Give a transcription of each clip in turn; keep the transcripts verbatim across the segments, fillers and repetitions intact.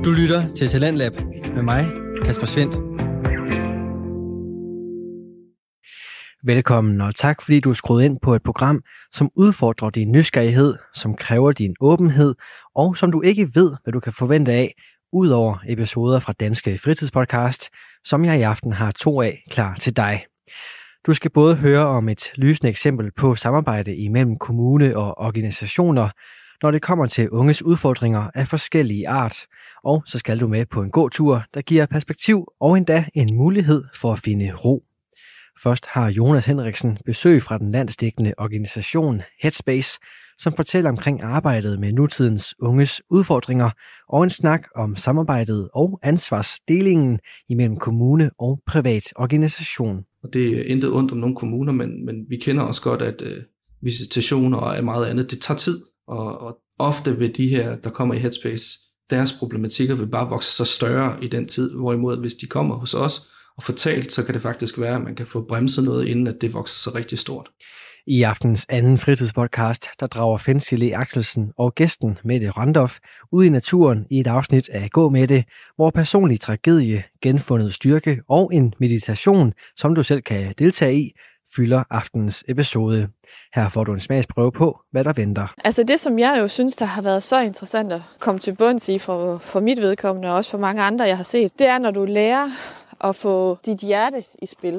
Du lytter til Talentlab med mig, Kasper Svendt. Velkommen og tak fordi du er skruet ind på et program, som udfordrer din nysgerrighed, som kræver din åbenhed, og som du ikke ved, hvad du kan forvente af, udover episoder fra Danske Fritidspodcast, som jeg i aften har to af klar til dig. Du skal både høre om et lysende eksempel på samarbejde imellem kommune og organisationer, når det kommer til unges udfordringer af forskellige art, og så skal du med på en god tur, der giver perspektiv og endda en mulighed for at finde ro. Først har Jonas Henriksen besøg fra den landsdækkende organisation Headspace, som fortæller omkring arbejdet med nutidens unges udfordringer og en snak om samarbejdet og ansvarsdelingen imellem kommune og privat organisation. Og det er intet ondt om nogle kommuner, men, men vi kender også godt, at øh, visitationer og meget andet, det tager tid. Og, og ofte vil de her, der kommer i Headspace, deres problematikker vil bare vokse så større i den tid, hvorimod hvis de kommer hos os og fortalt, så kan det faktisk være, at man kan få bremset noget, inden at det vokser så rigtig stort. I aftens anden fritidspodcast, der drager Fensile Axelsen og gæsten Mette Randolph ud i naturen i et afsnit af Gå med det, hvor personlig tragedie, genfundet styrke og en meditation, som du selv kan deltage i, fylder aftens episode. Her får du en smagsprøve på, hvad der venter. Altså det, som jeg jo synes, der har været så interessant at komme til bunds i for, for mit vedkommende, og også for mange andre, jeg har set, det er, når du lærer at få dit hjerte i spil.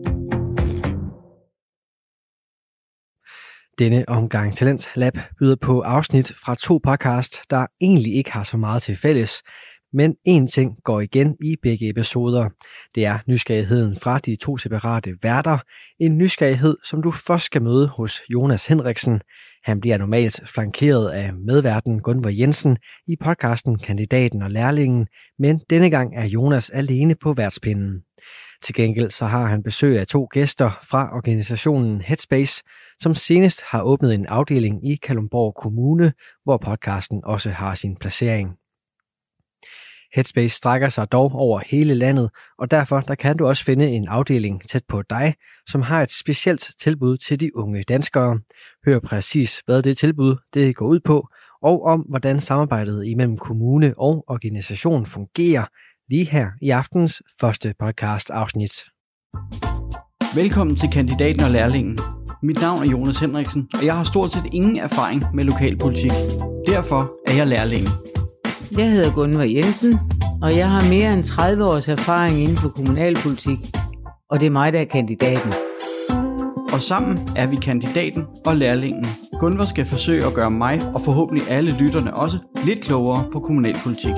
Denne omgang Talents Lab byder på afsnit fra to podcast, der egentlig ikke har så meget til fælles. Men én ting går igen i begge episoder. Det er nysgerrigheden fra de to separate værter. En nysgerrighed, som du først skal møde hos Jonas Henriksen. Han bliver normalt flankeret af medværten Gunvor Jensen i podcasten Kandidaten og Lærlingen, men denne gang er Jonas alene på værtspinden. Til gengæld så har han besøg af to gæster fra organisationen Headspace, som senest har åbnet en afdeling i Kalundborg Kommune, hvor podcasten også har sin placering. Headspace strækker sig dog over hele landet, og derfor der kan du også finde en afdeling tæt på dig, som har et specielt tilbud til de unge danskere. Hør præcis, hvad det tilbud det går ud på, og om hvordan samarbejdet imellem kommune og organisation fungerer, lige her i aftens første podcast afsnit. Velkommen til Kandidaten og Lærlingen. Mit navn er Jonas Henriksen, og jeg har stort set ingen erfaring med lokalpolitik. Derfor er jeg lærlingen. Jeg hedder Gunvor Jensen, og jeg har mere end tredive års erfaring inden for kommunalpolitik, og det er mig, der er kandidaten. Og sammen er vi kandidaten og lærlingen. Gunvor skal forsøge at gøre mig, og forhåbentlig alle lytterne også, lidt klogere på kommunalpolitik.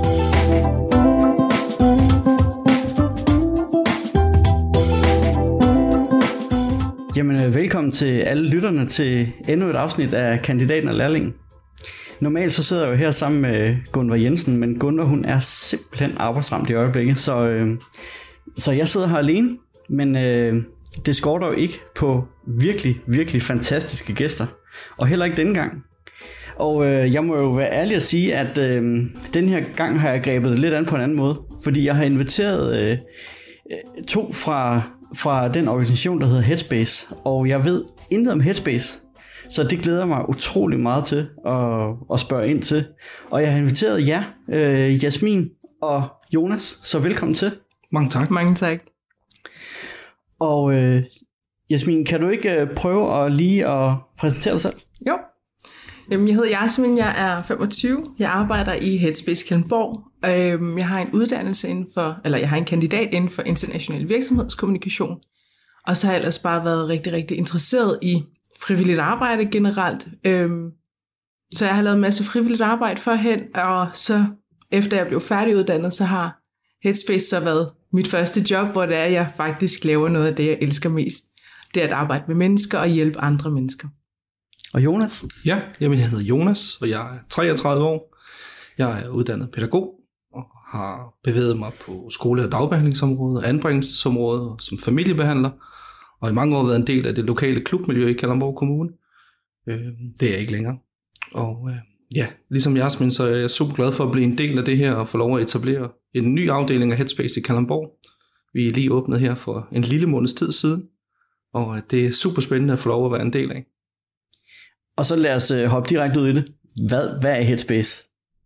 Jamen, velkommen til alle lytterne til endnu et afsnit af Kandidaten og Lærlingen. Normalt så sidder jeg jo her sammen med Gunvor Jensen, men Gunvor hun er simpelthen arbejdsramt i øjeblikket, så, øh, så jeg sidder her alene, men øh, det skorter jo ikke på virkelig, virkelig fantastiske gæster, og heller ikke denne gang. Og øh, jeg må jo være ærlig at sige, at øh, den her gang har jeg grebet lidt an på en anden måde, fordi jeg har inviteret øh, to fra, fra den organisation, der hedder Headspace, og jeg ved intet om Headspace. Så det glæder mig utrolig meget til at, at spørge ind til. Og jeg har inviteret jer, øh, Jasmin og Jonas, så velkommen til. Mange tak. Mange tak. Og øh, Jasmin, kan du ikke øh, prøve at lige at præsentere dig selv? Jo. Jamen, jeg hedder Jasmin, jeg er femogtyve. Jeg arbejder i Headspace Kalundborg. Jeg har en uddannelse inden for, eller jeg har en kandidat inden for international virksomhedskommunikation. Og så har jeg ellers bare været rigtig, rigtig interesseret i frivilligt arbejde generelt. Øhm, så jeg har lavet en masse frivilligt arbejde førhen, og så efter jeg blev færdiguddannet, så har Headspace så været mit første job, hvor det er, at jeg faktisk laver noget af det, jeg elsker mest. Det er at arbejde med mennesker og hjælpe andre mennesker. Og Jonas? Ja, jamen jeg hedder Jonas, og jeg er treogtredive år. Jeg er uddannet pædagog og har bevæget mig på skole- og dagbehandlingsområdet, anbringelsesområdet som familiebehandler, og i mange år været en del af det lokale klubmiljø i Kalundborg Kommune. Øh, det er jeg ikke længere. Og øh, ja, ligesom Jasmin, så er jeg super glad for at blive en del af det her og få lov at etablere en ny afdeling af Headspace i Kalundborg. Vi er lige åbnet her for en lille måneds tid siden, og det er super spændende at få lov at være en del af. Og så lad os hoppe direkte ud i det. Hvad, hvad er Headspace?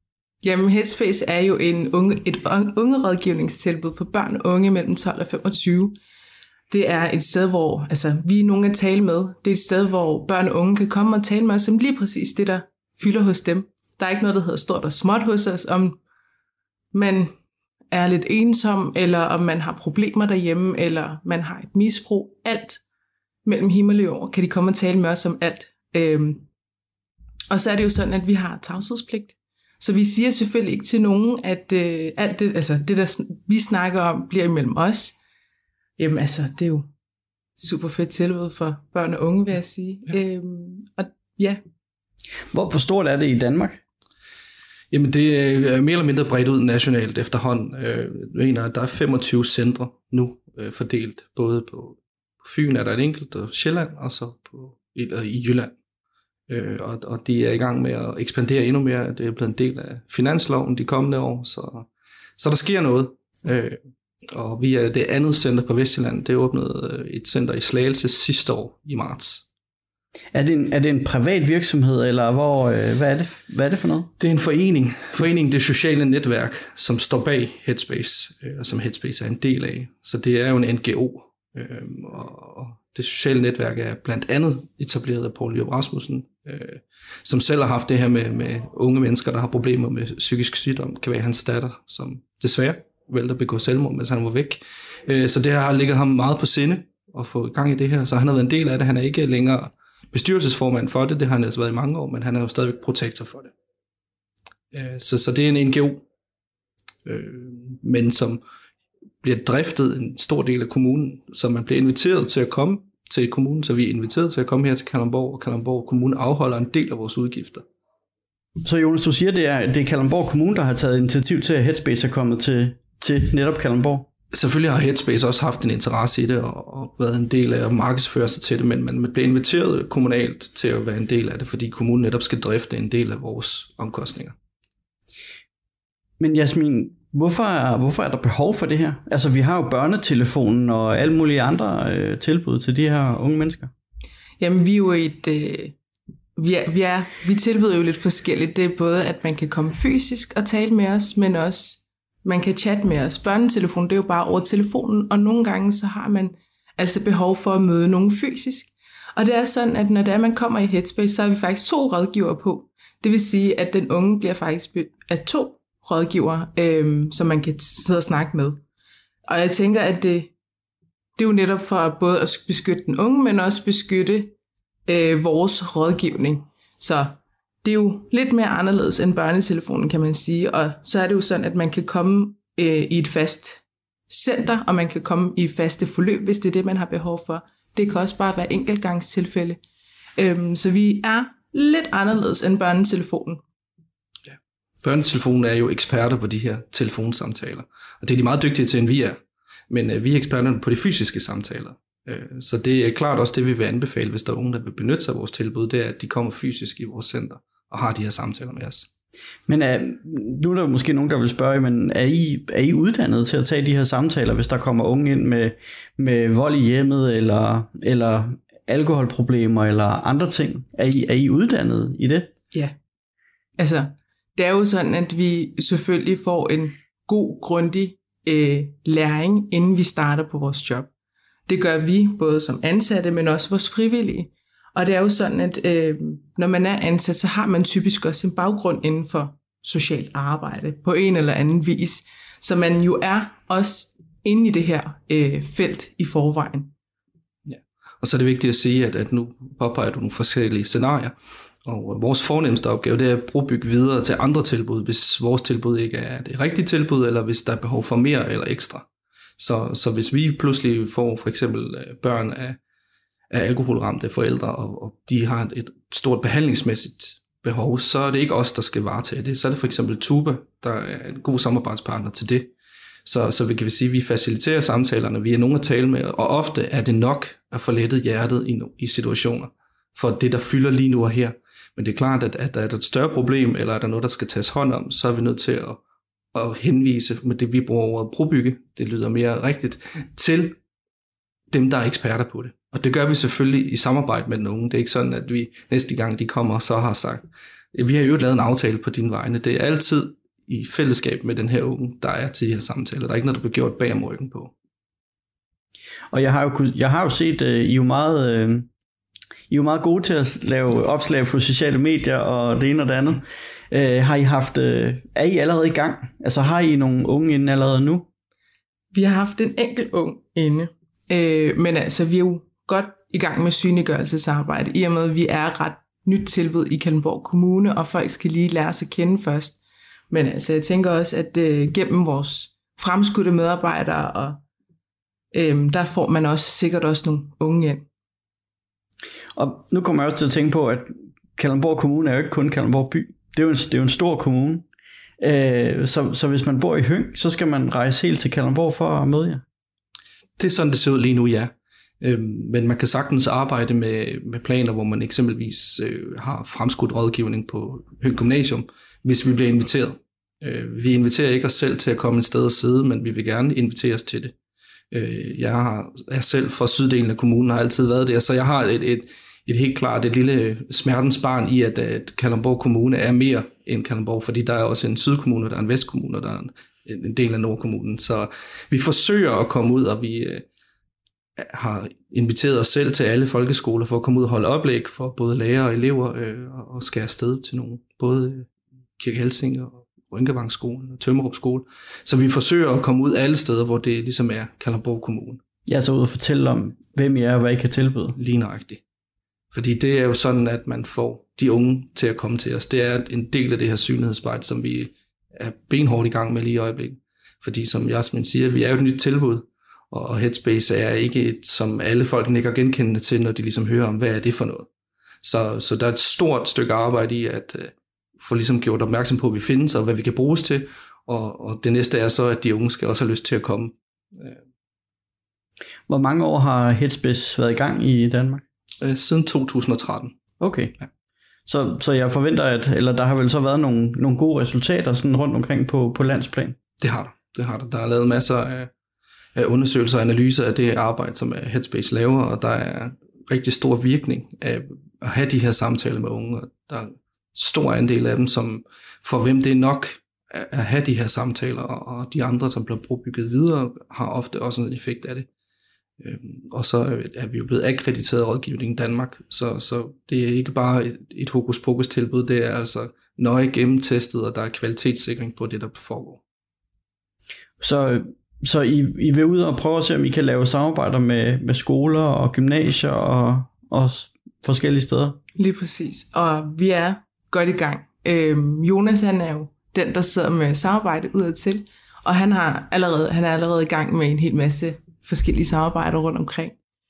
Jamen, Headspace er jo en unge, et ungerådgivningstilbud for børn og unge mellem tolv og femogtyve. Det er et sted, hvor altså, vi er nogen at tale med. Det er et sted, hvor børn og unge kan komme og tale med os om lige præcis det, der fylder hos dem. Der er ikke noget, der hedder stort og småt hos os, om man er lidt ensom, eller om man har problemer derhjemme, eller man har et misbrug. Alt mellem himmel og jord kan de komme og tale med os om alt. Øhm, og så er det jo sådan, at vi har tavshedspligt. Så vi siger selvfølgelig ikke til nogen, at øh, alt det, altså det, der vi snakker om, bliver imellem os. Jamen altså, det er jo super fedt tilbud for børn og unge, vil jeg sige. Ja. Øhm, og ja. Hvor, hvor stort er det i Danmark? Jamen det er mere eller mindre bredt ud nationalt efterhånden. Jeg mener, at der er femogtyve centre nu fordelt, både på Fyn er der et enkelt, og Sjælland, og så på, i Jylland. Og, og de er i gang med at ekspandere endnu mere. Det er blevet en del af finansloven de kommende år, så, så der sker noget. Og vi er det andet center på Vestjylland. Det åbnede et center i Slagelse sidste år i marts. Er det en, er det en privat virksomhed, eller hvor, øh, hvad, er det, hvad er det for noget? Det er en forening. Foreningen Det Sociale Netværk, som står bag Headspace, øh, og som Headspace er en del af. Så det er jo en N G O. Øh, og Det Sociale Netværk er blandt andet etableret af Poul Nyrup Rasmussen, øh, som selv har haft det her med, med unge mennesker, der har problemer med psykisk sygdom. Kan være hans datter, som desværre valgte at begå selvmord, mens han var væk. Øh, så det her har ligget ham meget på sinde at få gang i det her. Så han har været en del af det. Han er ikke længere bestyrelsesformand for det, det har han altså været i mange år, men han er jo stadigvæk protektor for det. Så, så det er en N G O, øh, men som bliver driftet en stor del af kommunen, så man bliver inviteret til at komme til kommunen, så vi er inviteret til at komme her til Kalundborg, og Kalundborg Kommune afholder en del af vores udgifter. Så Jonas, du siger, det er, det er Kalundborg Kommune, der har taget initiativ til, at Headspace er kommet til, til netop Kalundborg? Selvfølgelig har Headspace også haft en interesse i det, og, og været en del af at markedsføre sig til det, men man bliver inviteret kommunalt til at være en del af det, fordi kommunen netop skal drifte en del af vores omkostninger. Men Jasmin, hvorfor er, hvorfor er der behov for det her? Altså, vi har jo børnetelefonen og alle mulige andre øh, tilbud til de her unge mennesker. Jamen, vi er jo et... Øh, vi, er, vi, er, vi tilbyder jo lidt forskelligt. Det er både, at man kan komme fysisk og tale med os, men også man kan chatte med os. Børnetelefonen, det er jo bare over telefonen, og nogle gange så har man altså behov for at møde nogen fysisk. Og det er sådan, at når det er, man kommer i Headspace, så har vi faktisk to rådgivere på. Det vil sige, at den unge bliver faktisk af to rådgivere, øh, som man kan sidde og snakke med. Og jeg tænker, at det, det er jo netop for både at beskytte den unge, men også beskytte øh, vores rådgivning. Så det er jo lidt mere anderledes end børnetelefonen, kan man sige. Og så er det jo sådan, at man kan komme øh, i et fast center, og man kan komme i faste forløb, hvis det er det, man har behov for. Det kan også bare være enkeltgangstilfælde. Øhm, så vi er lidt anderledes end børnetelefonen. Ja. Børnetelefonen er jo eksperter på de her telefonsamtaler, og det er de meget dygtige til, end vi er. Men øh, vi er eksperter på de fysiske samtaler. Øh, så det er klart også det, vi vil anbefale, hvis der er nogen, der vil benytte sig af vores tilbud, det er, at de kommer fysisk i vores center og har de her samtaler med os. Men er, nu er der måske nogen, der vil spørge, men er I, er I uddannet til at tage de her samtaler, hvis der kommer unge ind med, med vold i hjemmet, eller, eller alkoholproblemer, eller andre ting? Er I, er I uddannet i det? Ja, altså det er jo sådan, at vi selvfølgelig får en god, grundig øh, læring, inden vi starter på vores job. Det gør vi både som ansatte, men også vores frivillige. Og det er jo sådan, at øh, når man er ansat, så har man typisk også en baggrund inden for socialt arbejde på en eller anden vis. Så man jo er også inde i det her øh, felt i forvejen. Ja. Og så er det vigtigt at sige, at, at nu påpeger du nogle forskellige scenarier. Og vores fornemmeste opgave, det er at brobygge videre til andre tilbud, hvis vores tilbud ikke er det rigtige tilbud, eller hvis der er behov for mere eller ekstra. Så, så hvis vi pludselig får for eksempel børn af, af alkoholramte forældre, og, og de har et stort behandlingsmæssigt behov, så er det ikke os, der skal varetage det. Så er det for eksempel Tuba, der er en god samarbejdspartner til det. Så, så vi kan sige, at vi faciliterer samtalerne, vi er nogen at tale med, og ofte er det nok at få lettet hjertet i, i situationer, for det, der fylder lige nu og her. Men det er klart, at, at der er et større problem, eller er der noget, der skal tages hånd om, så er vi nødt til at og henvise med det, vi bruger ordet brobygge, det lyder mere rigtigt, til dem, der er eksperter på det. Og det gør vi selvfølgelig i samarbejde med den unge. Det er ikke sådan, at vi næste gang, de kommer, så har sagt, vi har jo lavet en aftale på dine vegne. Det er altid i fællesskab med den her unge, der er til de her samtaler. Der er ikke noget, der bliver gjort bag om ryggen på. Og jeg har jo, jeg har jo set, uh, I er jo meget, uh, I er jo meget gode til at lave opslag på sociale medier og det ene og det andet. Uh, har I haft, uh, er I allerede i gang? Altså har I nogle unge inde allerede nu? Vi har haft en enkelt ung inde, uh, men altså vi er jo godt i gang med synliggørelsesarbejde, i og med at vi er ret nyt tilbud i Kalundborg Kommune, og folk skal lige lære sig at kende først. Men altså jeg tænker også, at uh, gennem vores fremskudte medarbejdere og Øhm, der får man også sikkert også nogle unge ind. Og nu kommer jeg også til at tænke på, at Kalundborg Kommune er jo ikke kun Kalundborg by. Det er jo en, det er jo en stor kommune. Øh, så, så hvis man bor i Høng, så skal man rejse helt til Kalundborg for at møde jer. Det er sådan, det ser ud lige nu, ja. Øhm, men man kan sagtens arbejde med, med planer, hvor man eksempelvis øh, har fremskudt rådgivning på Høng Gymnasium, hvis vi bliver inviteret. Øh, vi inviterer ikke os selv til at komme et sted og sidde, men vi vil gerne invitere os til det. Jeg har, jeg selv fra syddelen af kommunen har altid været der, så jeg har et, et, et helt klart et lille smertens barn i, at, at Kalundborg Kommune er mere end Kalundborg, fordi der er også en sydkommune, der er en vestkommune, og der er en, en del af nordkommunen. Så vi forsøger at komme ud, og vi øh, har inviteret os selv til alle folkeskoler for at komme ud og holde oplæg for både lærere og elever øh, og skære afsted til nogle, både Kirke Helsing og Rynkevangskolen og Tømmerup Skole. Så vi forsøger at komme ud alle steder, hvor det ligesom er Kalundborg Kommune. Jeg er så ude og fortælle om, hvem I er og hvad I kan tilbyde. Lige nøjagtigt. Fordi det er jo sådan, at man får de unge til at komme til os. Det er en del af det her synlighedsarbejde, som vi er benhårdt i gang med lige i øjeblikket. Fordi som Jasmin siger, vi er jo et nyt tilbud, og Headspace er ikke et, som alle folk nikker genkendende til, når de ligesom hører om, hvad er det for noget. Så, så der er et stort stykke arbejde i at få ligesom gjort opmærksom på, at vi findes, og hvad vi kan bruges til. Og, og det næste er så, at de unge skal også have lyst til at komme. Hvor mange år har Headspace været i gang i Danmark? Siden to tusind og tretten. Okay. Ja. Så, så jeg forventer, at eller der har vel så været nogle, nogle gode resultater sådan rundt omkring på, på landsplan? Det har der. Det har der. Der er lavet masser af, af undersøgelser og analyser af det arbejde, som Headspace laver, og der er rigtig stor virkning af at have de her samtaler med unge. Og der er stor andel af dem, som for hvem det er nok at have de her samtaler, og de andre, som bliver brobygget videre, har ofte også en effekt af det. Og så er vi jo blevet akkrediteret rådgivning i Danmark, så, så det er ikke bare et, et hokus pokus tilbud, det er altså nøje gennemtestet, og der er kvalitetssikring på det, der foregår. Så, så I, I vil ud og prøve at se, om I kan lave samarbejder med, med skoler og gymnasier og, og forskellige steder? Lige præcis, og vi er godt i gang. Øhm, Jonas han er jo den, der sidder med samarbejde udadtil, og han, har allerede, han er allerede i gang med en hel masse forskellige samarbejder rundt omkring.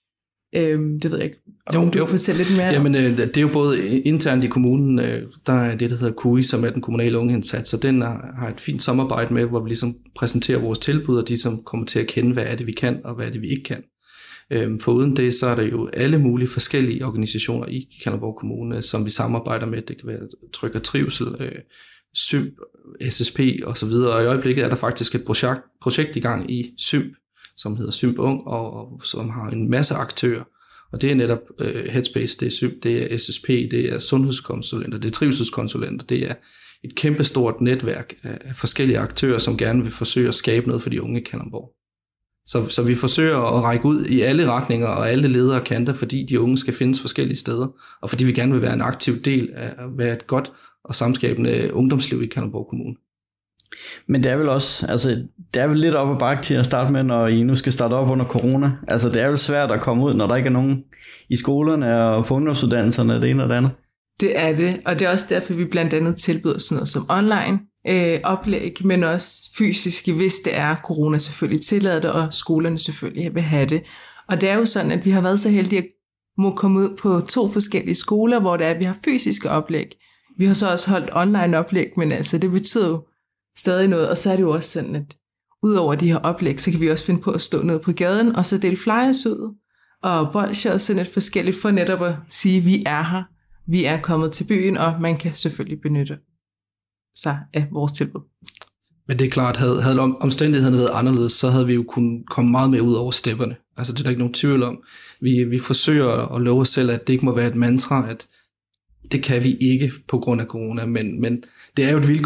Øhm, det ved jeg ikke, om jo, du jo. Kan fortælle lidt mere. Jamen, øh, det er jo både internt i kommunen, øh, der er det, der hedder K U I, som er den kommunale ungeindsats, og den har, har et fint samarbejde med, hvor vi ligesom præsenterer vores tilbud, og de som kommer til at kende, hvad er det, vi kan, og hvad er det, vi ikke kan. Øhm, foruden det, så er der jo alle mulige forskellige organisationer i Kalundborg Kommune, som vi samarbejder med. Det kan være Tryg og Trivsel, øh, Symp, S S P og så videre. Og i øjeblikket er der faktisk et projekt, projekt i gang i Symp, som hedder Symp Ung, og, og som har en masse aktører. Og det er netop øh, Headspace, det er Symp, det er S S P, det er sundhedskonsulenter, det er trivselskonsulenter, det er et kæmpestort netværk af forskellige aktører, som gerne vil forsøge at skabe noget for de unge i Kalundborg. Så, så vi forsøger at række ud i alle retninger og alle ledere og kanter, fordi de unge skal findes forskellige steder, og fordi vi gerne vil være en aktiv del af at være et godt og samskabende ungdomsliv i Kalundborg Kommune. Men det er vel også, altså det er vel lidt op ad bakke til at starte med, når I nu skal starte op under corona. Altså det er vel svært at komme ud, når der ikke er nogen i skolerne og på ungdomsuddannelserne, det ene og det andet. Det er det, og det er også derfor, vi blandt andet tilbyder sådan noget som online øh, oplæg, men også fysiske, hvis det er corona selvfølgelig tillader det, og skolerne selvfølgelig vil have det. Og det er jo sådan, at vi har været så heldige at må komme ud på to forskellige skoler, hvor det er, at vi har fysiske oplæg. Vi har så også holdt online oplæg, men altså det betyder jo stadig noget, og så er det jo også sådan, at udover de her oplæg, så kan vi også finde på at stå nede på gaden, og så dele flyers ud, og bolsjer og sådan et forskelligt, for netop at sige, at vi er her, vi er kommet til byen, og man kan selvfølgelig benytte sig af vores tilbud. Men det er klart, havde, havde omstændighederne været anderledes, så havde vi jo kunnet komme meget mere ud over stepperne. Altså det er der ikke nogen tvivl om. Vi, vi forsøger at love os selv, at det ikke må være et mantra, at det kan vi ikke på grund af corona, men, men det er jo et vilkår.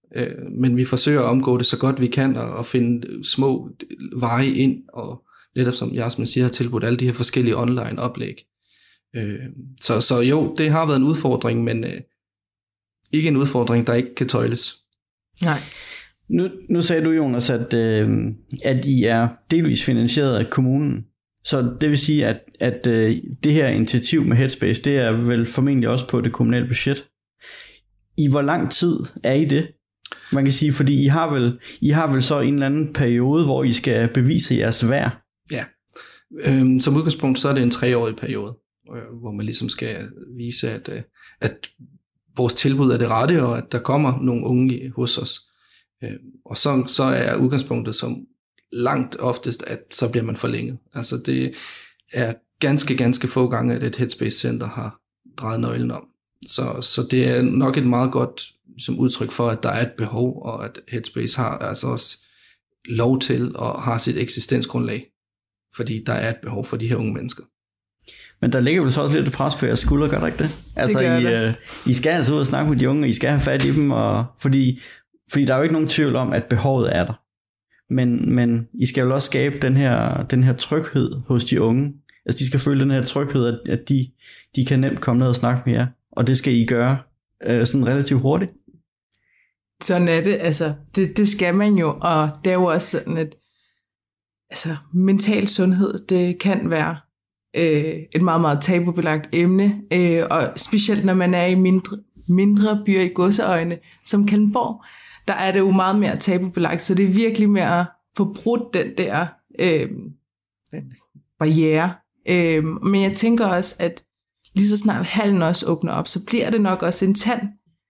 øh, men vi forsøger at omgå det så godt vi kan, og, og finde små veje ind, og netop som Jasmin siger, har tilbudt alle de her forskellige online oplæg. Øh, så, så jo, det har været en udfordring, men øh, ikke en udfordring, der ikke kan tøjles. Nej. Nu, nu sagde du, Jonas, at, øh, at I er delvis finansieret af kommunen. Så det vil sige, at, at øh, det her initiativ med Headspace, det er vel formentlig også på det kommunale budget. I hvor lang tid er I det? Man kan sige, fordi I har vel, I har vel så en eller anden periode, hvor I skal bevise jeres værd. Ja, øhm, som udgangspunkt så er det en treårig periode, øh, hvor man ligesom skal vise, at, øh, at vores tilbud er det rette, og at der kommer nogle unge hos os. Øh, og så, så er udgangspunktet som langt oftest, at så bliver man forlænget. Altså det er ganske, ganske få gange, at et Headspace Center har drejet nøglen om. Så, så det er nok et meget godt som udtryk for, at der er et behov, og at Headspace har altså også lov til og har sit eksistensgrundlag, fordi der er et behov for de her unge mennesker. Men der ligger vel så også lidt pres på jeres skuldre, gør der ikke det? Altså, det I, det. øh, I skal altså ud og snakke med de unge, og I skal have fat i dem, og, fordi, fordi der er jo ikke nogen tvivl om, at behovet er der. Men, men I skal jo også skabe den her, den her tryghed hos de unge. Altså de skal føle den her tryghed, at, at de, de kan nemt komme ned og snakke med jer. Og det skal I gøre øh, sådan relativt hurtigt. Sådan er det. Altså, det, det skal man jo. Og det er jo også sådan, at altså, mental sundhed, det kan være øh, et meget, meget tabubelagt emne. Øh, og specielt når man er i mindre, mindre byer i godseøjne, som Kalundborg, der er det jo meget mere tabubelagt. Så det er virkelig med at få brudt den der øh, barriere. Øh, men jeg tænker også, at lige så snart hallen også åbner op, så bliver det nok også en tand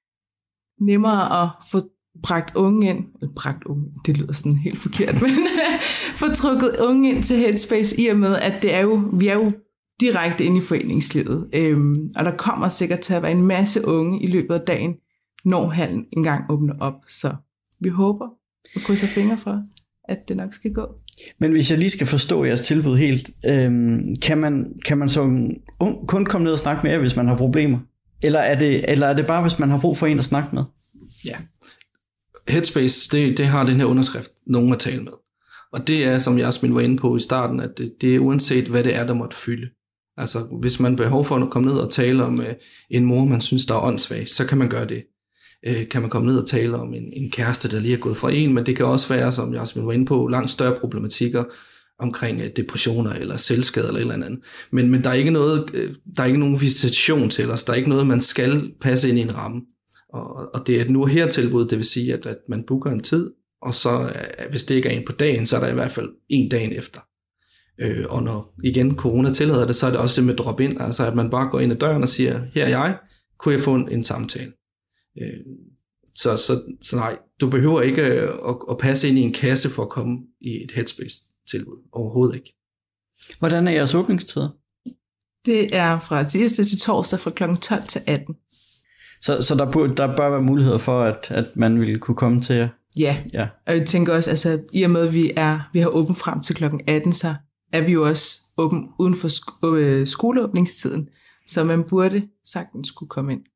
nemmere at få bragt unge ind, eller bragt unge, det lyder sådan helt forkert, men få trukket unge ind til Headspace, i og med, at det er jo, vi er jo direkte inde i foreningslivet, øhm, og der kommer sikkert til at være en masse unge i løbet af dagen, når hallen engang åbner op, så vi håber og krydser fingre for, at det nok skal gå. Men hvis jeg lige skal forstå jeres tilbud helt, øhm, kan, man, kan man så kun komme ned og snakke med jer, hvis man har problemer? Eller er det, eller er det bare, hvis man har brug for en at snakke med? Ja. Headspace, det, det har den her underskrift, nogen at tale med. Og det er, som Jasmin var inde på i starten, at det, det er uanset, hvad det er, der måtte fylde. Altså, hvis man behov for at komme ned og tale om uh, en mor, man synes, der er åndssvag, så kan man gøre det. Uh, kan man komme ned og tale om en, en kæreste, der lige er gået fra en, men det kan også være, som Jasmin var inde på, langt større problematikker omkring uh, depressioner eller selvskade eller et eller andet. Men, men der er ikke noget, uh, der er ikke nogen visitation til os. Der er ikke noget, man skal passe ind i en ramme. Og, og det er et nu og her tilbud, det vil sige, at, at man booker en tid, og så uh, hvis det ikke er en på dagen, så er der i hvert fald en dagen efter. Øh, og når igen corona tillader det, så er det også det med drop ind, altså at man bare går ind ad døren og siger, her er jeg, kunne jeg få en, en samtale? Øh, så, så, så nej, du behøver ikke at, at passe ind i en kasse for at komme i et Headspace-tilbud, overhovedet ikke. Hvordan er jeres åbningstider? Det er fra tirsdag til torsdag fra klokken tolv til atten. Så, så der, bør, der bør være muligheder for, at, at man vil kunne komme til jer? Ja, ja. Og jeg tænker også, altså i og med, at vi, er, vi har åbent frem til klokken atten, så er vi jo også åben uden for sk- øh, skoleåbningstiden, så man burde sagtens kunne komme ind.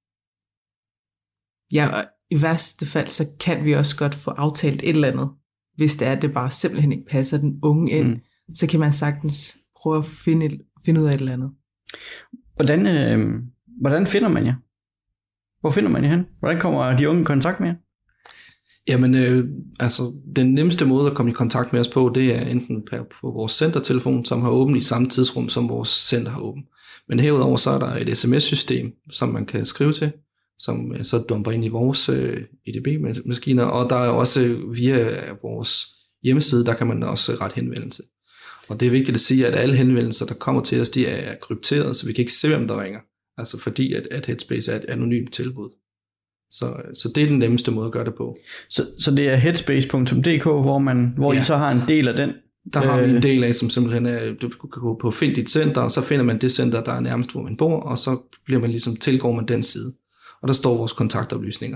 Ja, og i værste fald, så kan vi også godt få aftalt et eller andet. Hvis det er, at det bare simpelthen ikke passer den unge ind, mm. så kan man sagtens prøve at finde, et, finde ud af et eller andet. Hvordan, øh, hvordan finder man jer? Hvor finder man jer hen? Hvordan kommer de unge i kontakt med jer? Jamen, øh, altså, den nemmeste måde at komme i kontakt med os på, det er enten på vores centertelefon, som har åbent i samme tidsrum, som vores center har åbent. Men herudover så er der et sms-system, som man kan skrive til, som så dumper ind i vores øh, E D B-maskiner, og der er også via vores hjemmeside, der kan man også rette henvendelse. Og det er vigtigt at sige, at alle henvendelser, der kommer til os, de er krypteret, så vi kan ikke se, hvem der ringer. Altså fordi, at, at Headspace er et anonymt tilbud. Så, så det er den nemmeste måde at gøre det på. Så, så det er headspace punktum d k, hvor, man, hvor ja. I så har en del af den? Der har vi en del af, som simpelthen er, du kan gå på Find dit center, og så finder man det center, der er nærmest, hvor man bor, og så bliver man ligesom, tilgår man den side. Og der står vores kontaktoplysninger.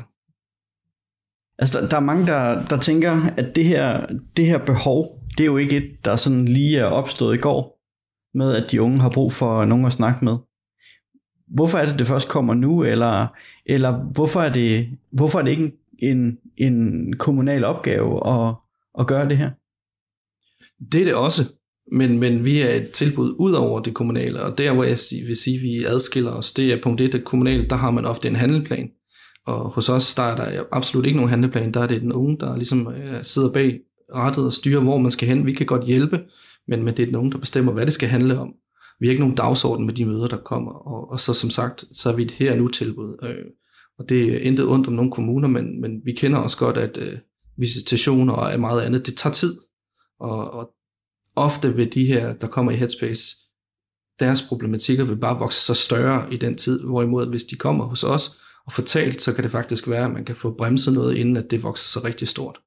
Altså, der, der er mange, der, der tænker, at det her, det her behov, det er jo ikke et, der sådan lige er opstået i går, med at de unge har brug for nogen at snakke med. Hvorfor er det, det først kommer nu, eller, eller hvorfor, er det, hvorfor er det ikke en, en kommunal opgave at, at gøre det her? Det er det også, men, men vi er et tilbud ud over det kommunale, og der hvor jeg vil sige, at vi adskiller os, det er punkt et, det kommunale, der har man ofte en handelplan, og hos os der er der absolut ikke nogen handelplan, der er det den unge, der ligesom sidder bag rettet og styrer, hvor man skal hen. Vi kan godt hjælpe, men, men det er den unge, der bestemmer, hvad det skal handle om. Vi har ikke nogen dagsorden med de møder, der kommer, og, og så som sagt, så er vi et her og nu tilbud, øh, og det er intet ondt om nogle kommuner, men, men vi kender også godt, at øh, visitationer og meget andet, det tager tid, og, og ofte ved de her, der kommer i Headspace, deres problematikker vil bare vokse så større i den tid, hvorimod hvis de kommer hos os og fortalt, så kan det faktisk være, at man kan få bremset noget, inden at det vokser så rigtig stort.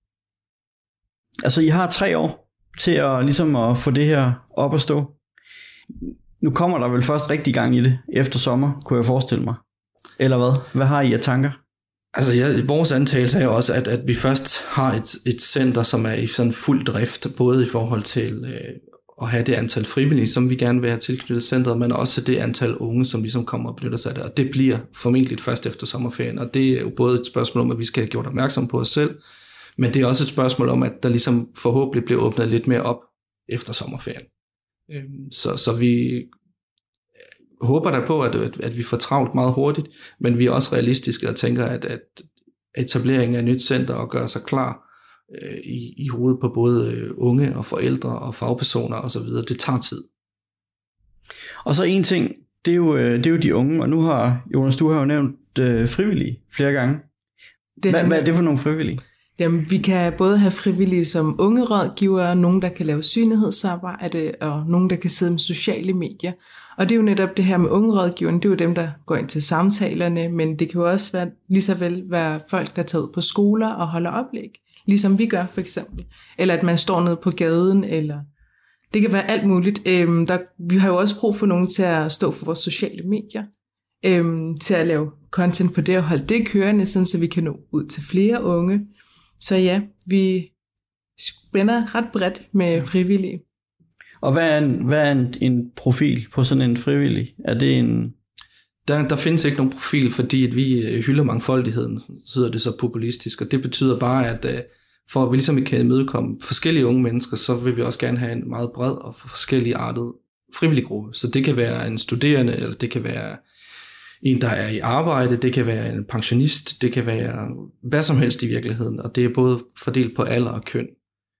Altså I har tre år til at, ligesom at få det her op at stå. Nu kommer der vel først rigtig gang i det efter sommer, kunne jeg forestille mig. Eller hvad? Hvad har I af tanker? Altså ja, vores antagelse er jo også, at, at vi først har et, et center, som er i sådan fuld drift, både i forhold til øh, at have det antal frivillige, som vi gerne vil have tilknyttet centret, men også det antal unge, som ligesom kommer og benytter sig af det. Og det bliver formentlig først efter sommerferien, og det er jo både et spørgsmål om, at vi skal have gjort opmærksom på os selv, men det er også et spørgsmål om, at der ligesom forhåbentlig bliver åbnet lidt mere op efter sommerferien. Så, så vi håber der på, at, at vi får travlt meget hurtigt, men vi er også realistiske og tænker, at, at etableringen af et nyt center og gøre sig klar øh, i, i hovedet på både unge og forældre og fagpersoner osv., det tager tid. Og så en ting, det er jo, det er jo de unge, og nu har Jonas, du har jo nævnt øh, frivillige flere gange. Det hvad, hvad er det for nogle frivillige? Jamen, vi kan både have frivillige som unge rådgivere, nogen der kan lave synlighedsarbejde, og nogen der kan sidde med sociale medier. Og det er jo netop det her med unge rådgiverne, det er jo dem, der går ind til samtalerne, men det kan jo også være, lige så vel være folk, der tager ud på skoler og holder oplæg, ligesom vi gør for eksempel. Eller at man står nede på gaden, eller det kan være alt muligt. Øhm, der, vi har jo også brug for nogen til at stå for vores sociale medier, øhm, til at lave content på det og holde det kørende, sådan, så vi kan nå ud til flere unge. Så ja, vi spænder ret bredt med frivillige. Og hvad er en, hvad er en, en profil på sådan en frivillig? Er det en... Der, der findes ikke nogen profil, fordi at vi hylder mangfoldigheden, så hedder det så populistisk, og det betyder bare, at for at vi ligesom kan imødekomme forskellige unge mennesker, så vil vi også gerne have en meget bred og forskellig artet frivillig gruppe. Så det kan være en studerende, eller det kan være en, der er i arbejde, det kan være en pensionist, det kan være hvad som helst i virkeligheden, og det er både fordelt på alder og køn.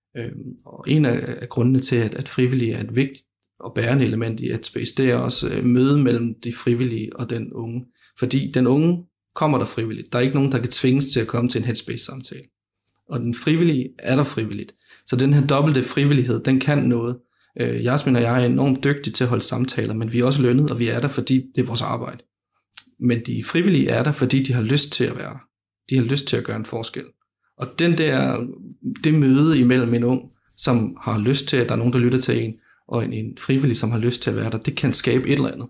Og en af grundene til, at frivillige er et vigtigt og bærende element i Headspace, det er også møde mellem de frivillige og den unge. Fordi den unge kommer der frivilligt. Der er ikke nogen, der kan tvinges til at komme til en Headspace-samtale. Og den frivillige er der frivilligt. Så den her dobbelte frivillighed, den kan noget. Jasmin og jeg er enormt dygtige til at holde samtaler, men vi er også lønnet, og vi er der, fordi det er vores arbejde. Men de frivillige er der, fordi de har lyst til at være der. De har lyst til at gøre en forskel. Og den der, det møde imellem en ung, som har lyst til, at der er nogen, der lytter til en, og en, en frivillig, som har lyst til at være der, det kan skabe et eller andet.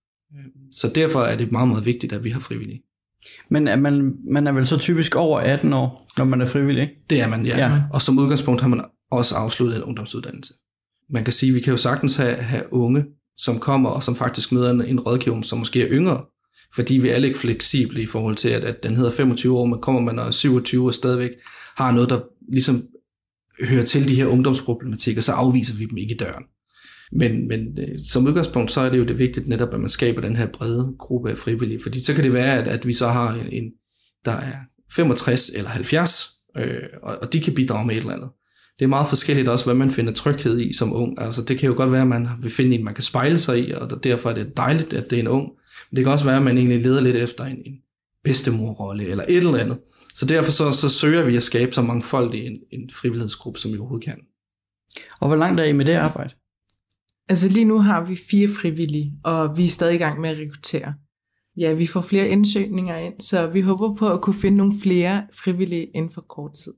Så derfor er det meget, meget vigtigt, at vi har frivillige. Men er man, man er vel så typisk over atten år, når man er frivillig, ikke? Det er man, ja. ja. Og som udgangspunkt har man også afsluttet en ungdomsuddannelse. Man kan sige, at vi kan jo sagtens have, have unge, som kommer og som faktisk møder en, en rådgiver, som måske er yngre, fordi vi er alle ikke fleksible i forhold til, at, at den hedder femogtyve år, men kommer man og er syvogtyve og stadigvæk har noget, der ligesom hører til de her ungdomsproblematikker, så afviser vi dem ikke i døren. Men, men som udgangspunkt, så er det jo det vigtigt netop, at man skaber den her brede gruppe af frivillige, fordi så kan det være, at, at vi så har en, en der er femogtres eller halvfjerds, øh, og, og de kan bidrage med et eller andet. Det er meget forskelligt også, hvad man finder tryghed i som ung. Altså det kan jo godt være, at man vil finde en, man kan spejle sig i, og derfor er det dejligt, at det er en ung. Men det kan også være, at man egentlig leder lidt efter en, en bedstemorrolle eller et eller andet. Så derfor så, så søger vi at skabe så mangfoldig en, en frivillighedsgruppe, som vi overhovedet kan. Og hvor langt er I med det arbejde? Altså lige nu har vi fire frivillige, og vi er stadig i gang med at rekruttere. Ja, vi får flere indsøgninger ind, så vi håber på at kunne finde nogle flere frivillige inden for kort tid.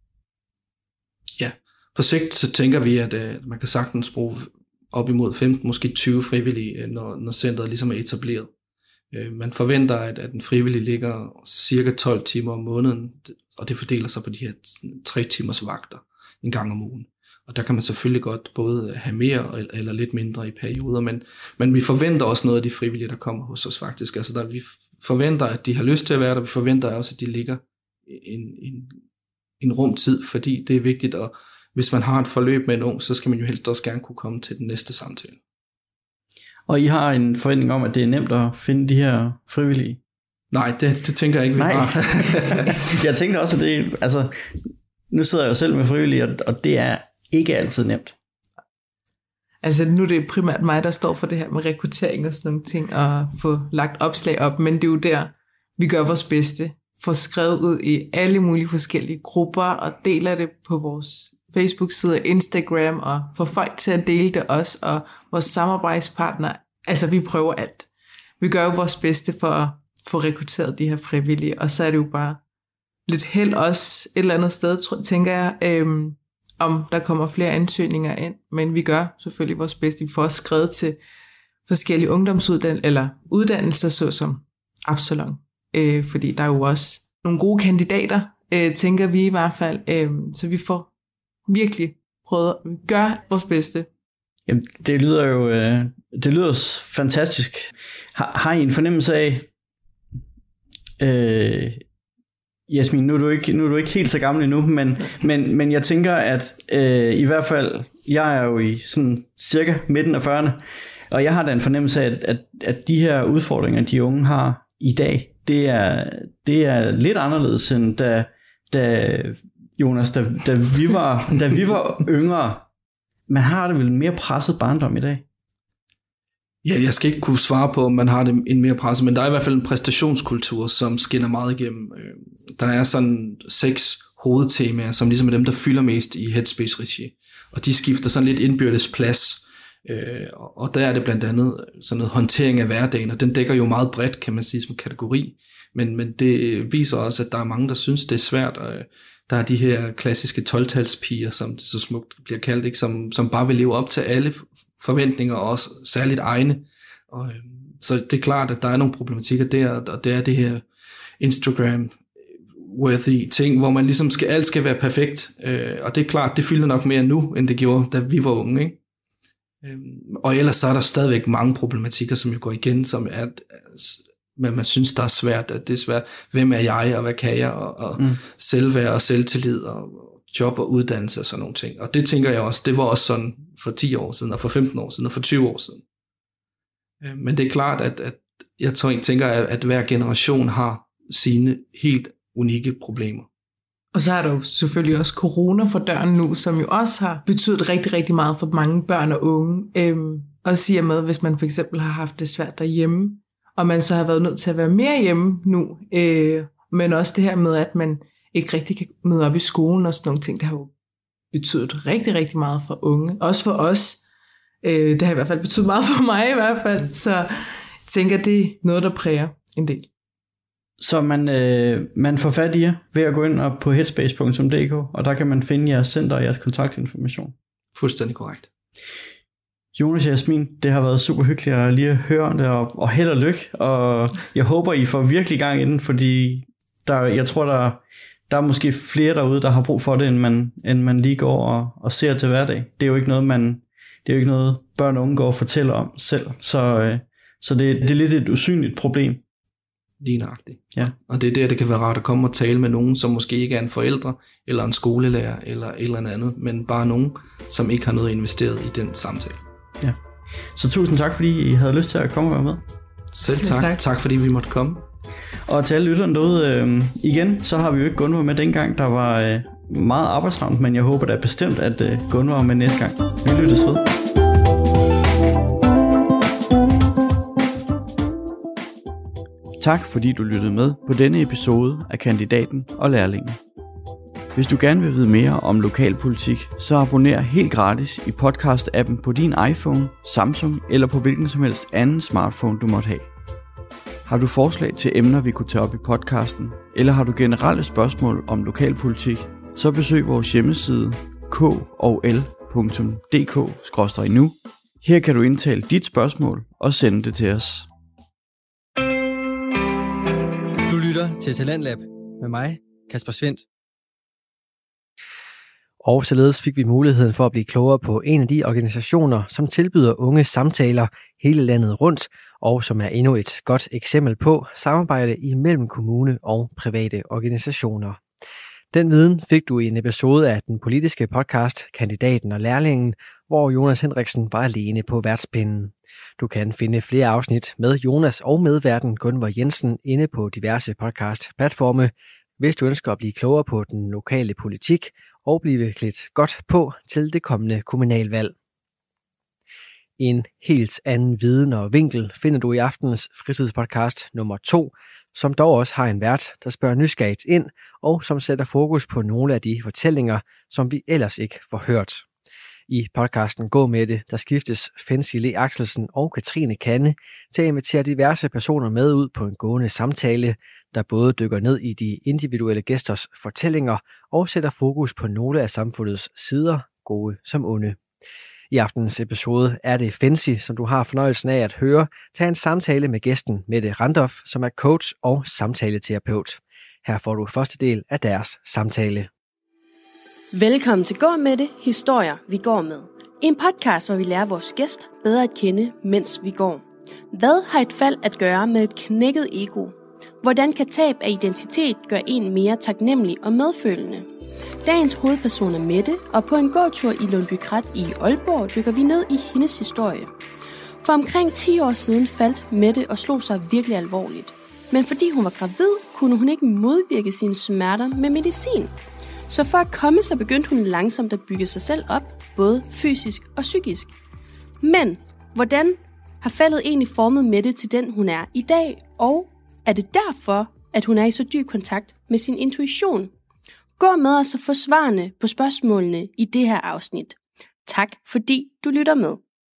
Ja, på sigt så tænker vi, at uh, man kan sagtens bruge op imod femten, måske tyve frivillige, når, når centret ligesom er etableret. Uh, man forventer, at, at en frivillig ligger cirka tolv timer om måneden, og det fordeler sig på de her tre timers vagter en gang om ugen. Og der kan man selvfølgelig godt både have mere eller, eller lidt mindre i perioder, men, men vi forventer også noget af de frivillige, der kommer hos os faktisk. Altså der, vi forventer, at de har lyst til at være der, vi forventer også, at de ligger en, en, en rumtid, fordi det er vigtigt, og hvis man har et forløb med en ung, så skal man jo helst også gerne kunne komme til den næste samtale. Og I har en forventning om, at det er nemt at finde de her frivillige? Nej, det, det tænker jeg ikke, vi Nej. har. Jeg tænker også, at det, altså, nu sidder jeg jo selv med frivillige, og, og det er ikke altid nemt. Altså nu er det primært mig, der står for det her med rekruttering og sådan nogle ting, og få lagt opslag op, men det er jo der, vi gør vores bedste, får skrevet ud i alle mulige forskellige grupper, og deler det på vores Facebook-side og Instagram, og får folk til at dele det også, og vores samarbejdspartnere, altså vi prøver alt. Vi gør jo vores bedste for at få rekrutteret de her frivillige, og så er det jo bare lidt held også et eller andet sted, tror, tænker jeg, øhm, om der kommer flere ansøgninger ind, men vi gør selvfølgelig vores bedste. Vi får også skrevet til forskellige ungdomsuddannelser, eller uddannelser, såsom Absalon, øh, fordi der er jo også nogle gode kandidater, øh, tænker vi i hvert fald, øh, så vi får virkelig prøvet at gøre vores bedste. Jamen, det lyder jo øh, det lyder fantastisk. Har, har I en fornemmelse af, øh, Jasmin, nu er, du ikke, nu er du ikke helt så gammel endnu, men, men, men jeg tænker, at øh, i hvert fald, jeg er jo i sådan cirka midten af fyrrerne, og jeg har da en fornemmelse af, at, at, at de her udfordringer, de unge har i dag, det er, det er lidt anderledes end da, da Jonas, da, da, vi var, da vi var yngre. Man har det vel mere presset barndom i dag? Ja, jeg skal ikke kunne svare på, om man har det en mere presset, men der er i hvert fald en præstationskultur, som skinner meget igennem. Der er sådan seks hovedtemaer, som ligesom er dem, der fylder mest i Headspace-regi. Og de skifter sådan lidt indbyrdes plads. Og der er det blandt andet sådan noget håndtering af hverdagen, og den dækker jo meget bredt, kan man sige, som kategori. Men, men det viser også, at der er mange, der synes, det er svært. Der er de her klassiske tolv-talspiger, som det så smukt bliver kaldt, ikke? Som, som bare vil leve op til alle forventninger, og også særligt egne. Og, øh, så det er klart, at der er nogle problematikker der, og det er det her Instagram-worthy ting, hvor man ligesom skal, alt skal være perfekt. Øh, og det er klart, det fylder nok mere nu, end det gjorde, da vi var unge, ikke? Øh, og ellers så er der stadigvæk mange problematikker, som jo går igen, som er, men man synes, der er svært, at det er svært. Hvem er jeg, og hvad kan jeg, og, og mm. selvværd og selvtillid, og job og uddannelse og sådan nogle ting. Og det tænker jeg også, det var også sådan for ti år siden, og for femten år siden, og for tyve år siden. Men det er klart, at, at jeg tænker, at hver generation har sine helt unikke problemer. Og så er der jo selvfølgelig også corona for døren nu, som jo også har betydet rigtig, rigtig meget for mange børn og unge. Øhm, og siger med, hvis man for eksempel har haft det svært derhjemme, og man så har været nødt til at være mere hjemme nu, øh, men også det her med, at man ikke rigtig kan møde op i skolen og sådan nogle ting, det har jo betydet rigtig, rigtig meget for unge. Også for os. Øh, det har i hvert fald betydet meget for mig i hvert fald. Så jeg tænker, det er noget, der præger en del. Så man, øh, man får fat i jer ved at gå ind og på headspace punktum d k, og der kan man finde jeres center og jeres kontaktinformation. Fuldstændig korrekt. Jonas og Jasmin, det har været super hyggeligt at lige høre om det, og, og held og lykke, og jeg håber, I får virkelig gang i den, fordi der, jeg tror, der, der er måske flere derude, der har brug for det, end man, end man lige går og, og ser til hverdag. Det er jo ikke noget, man, det er jo ikke noget børn og unge går og fortæller om selv, så, øh, så det, det er lidt et usynligt problem. Lige nøjagtigt. Ja. Og det er der, det kan være rart at komme og tale med nogen, som måske ikke er en forældre, eller en skolelærer, eller et eller andet, men bare nogen, som ikke har noget investeret i den samtale. Ja. Så tusind tak, fordi I havde lyst til at komme og være med. Selv tak. tak. Tak fordi vi måtte komme. Og til alle lytterne derude, øh, igen, så har vi jo ikke Gunvar med dengang, der var øh, meget arbejdsramt, men jeg håber da bestemt, at øh, Gunvar er med næste gang. Vi lyttes ved. Tak fordi du lyttede med på denne episode af Kandidaten og Lærlingen. Hvis du gerne vil vide mere om lokalpolitik, så abonner helt gratis i podcast-appen på din iPhone, Samsung eller på hvilken som helst anden smartphone du måtte have. Har du forslag til emner, vi kunne tage op i podcasten, eller har du generelle spørgsmål om lokalpolitik, så besøg vores hjemmeside k o l punktum d k skråstreg nu. Her kan du indtale dit spørgsmål og sende det til os. Du lytter til Talentlab med mig, Kasper Svendt. Og således fik vi muligheden for at blive klogere på en af de organisationer, som tilbyder unge samtaler hele landet rundt, og som er endnu et godt eksempel på samarbejde imellem kommune og private organisationer. Den viden fik du i en episode af den politiske podcast Kandidaten og Lærlingen, hvor Jonas Henriksen var alene på værtspinden. Du kan finde flere afsnit med Jonas og medværten Gunvor Jensen inde på diverse podcast-platforme, hvis du ønsker at blive klogere på den lokale politik og blive klædt godt på til det kommende kommunalvalg. En helt anden viden og vinkel finder du i aftenens fritidspodcast nummer to, som dog også har en vært, der spørger nysgerrigt ind og som sætter fokus på nogle af de fortællinger, som vi ellers ikke får hørt. I podcasten Gå med det, der skiftes Fancy Le Axelsen og Katrine Kanne til at invitere diverse personer med ud på en gående samtale, der både dykker ned i de individuelle gæsters fortællinger og sætter fokus på nogle af samfundets sider, gode som onde. I aftenens episode er det Fancy, som du har fornøjelsen af at høre, tage en samtale med gæsten Mette Randolph, som er coach og samtaleterapeut. Her får du første del af deres samtale. Velkommen til Gå med det, historier vi går med. En podcast, hvor vi lærer vores gæst bedre at kende, mens vi går. Hvad har et fald at gøre med et knækket ego? Hvordan kan tab af identitet gøre en mere taknemmelig og medfølende? Dagens hovedperson er Mette, og på en gåtur i Lundby Krat i Aalborg dykker vi ned i hendes historie. For omkring ti år siden faldt Mette og slog sig virkelig alvorligt. Men fordi hun var gravid, kunne hun ikke modvirke sine smerter med medicin. Så for at komme sig begyndte hun langsomt at bygge sig selv op, både fysisk og psykisk. Men hvordan har faldet egentlig formet Mette til den, hun er i dag? Og er det derfor, at hun er i så dyb kontakt med sin intuition? Gå med os og få svarene på spørgsmålene i det her afsnit. Tak fordi du lytter med.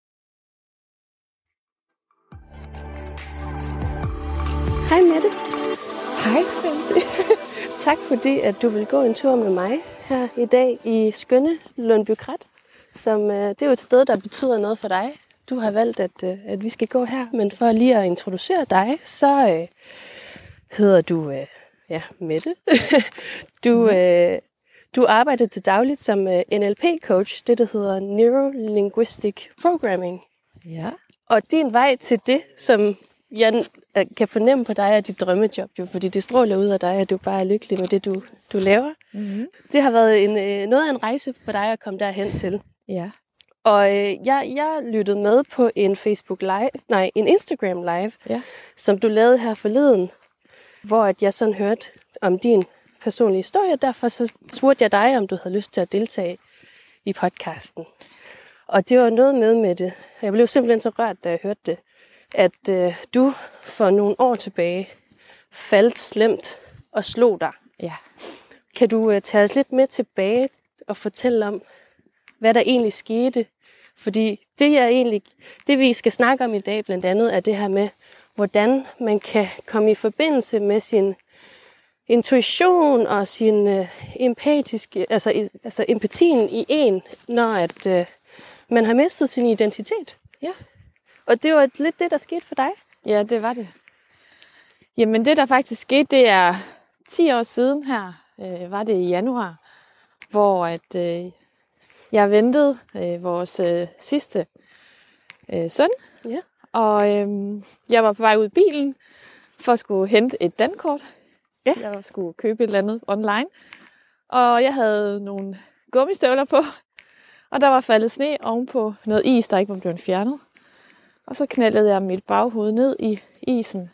Hej Mette. Hej Fancy. Tak fordi at du vil gå en tur med mig her i dag i skønne Lundby Krat. Som, øh, det er jo et sted, der betyder noget for dig. Du har valgt, at, øh, at vi skal gå her. Men for lige at introducere dig, så øh, hedder du øh, ja, Mette. du, øh, du arbejder til dagligt som øh, N L P-coach, det der hedder Neuro-Linguistic Programming. Ja. Og din vej til det, som jeg kan fornemme på dig, er dit drømmejob, jo, fordi det stråler ud af dig, at du bare er lykkelig med det, du, du laver. Mm-hmm. Det har været en, øh, noget af en rejse for dig at komme derhen til. Ja. Og øh, jeg, jeg lyttede med på en Facebook Live, nej, en Instagram Live, Ja. som du lavede her forleden, hvor at jeg sådan hørte om din personlige historie. Derfor så spurgte jeg dig, om du havde lyst til at deltage i podcasten. Og det var noget med med det. Jeg blev simpelthen så rørt, da jeg hørte det, at øh, du for nogle år tilbage faldt slemt og slog dig. Ja. Kan du øh, tage os lidt med tilbage og fortælle om, hvad der egentlig skete? Fordi det, jeg egentlig, det vi skal snakke om i dag blandt andet, er det her med, hvordan man kan komme i forbindelse med sin intuition og sin øh, empatiske, altså, altså empatien i en, når at, øh, man har mistet sin identitet. Ja. Og det var lidt det, der skete for dig. Ja, det var det. Jamen det, der faktisk skete, det er ti år siden her, øh, var det i januar, hvor at, øh, jeg ventede øh, vores øh, sidste øh, søn. Ja. Og øh, jeg var på vej ud i bilen for at skulle hente et dankort. Ja. Jeg skulle købe et eller andet online. Og jeg havde nogle gummistøvler på, og der var faldet sne ovenpå noget is, der ikke var blevet fjernet. Og så knaldede jeg mit baghoved ned i isen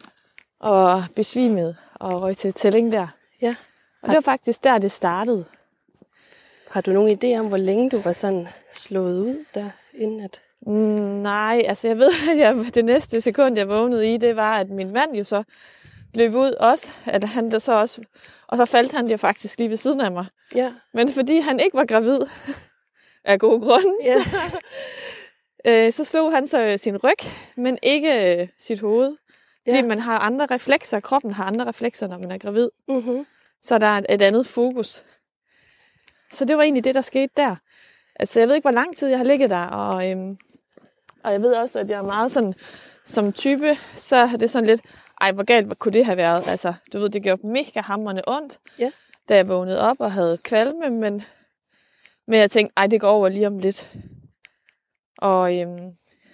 og besvimede og røg til tælling der. Ja. Og det var faktisk der, det startede. Har du nogen idé om, hvor længe du var sådan slået ud der, inden at... Mm, nej, altså jeg ved, at jeg, det næste sekund, jeg vågnede i, det var, at min mand jo så løb ud også. At han der så også, og så faldt han jo faktisk lige ved siden af mig. Ja. Men fordi han ikke var gravid, af gode grunde, Ja. så, øh, så slog han så sin ryg, men ikke øh, sit hoved. Fordi Ja. man har andre reflekser, kroppen har andre reflekser, når man er gravid. Mm-hmm. Så der er et, et andet fokus. Så det var egentlig det, der skete der. Altså, jeg ved ikke, hvor lang tid jeg har ligget der, og, øhm, og jeg ved også, at jeg er meget sådan, som type, så er det sådan lidt, ej, hvor galt kunne det have været? Altså, du ved, det gjorde mega hamrende ondt, Ja. da jeg vågnede op og havde kvalme, men, men jeg tænkte, ej, det går over lige om lidt. Og øhm,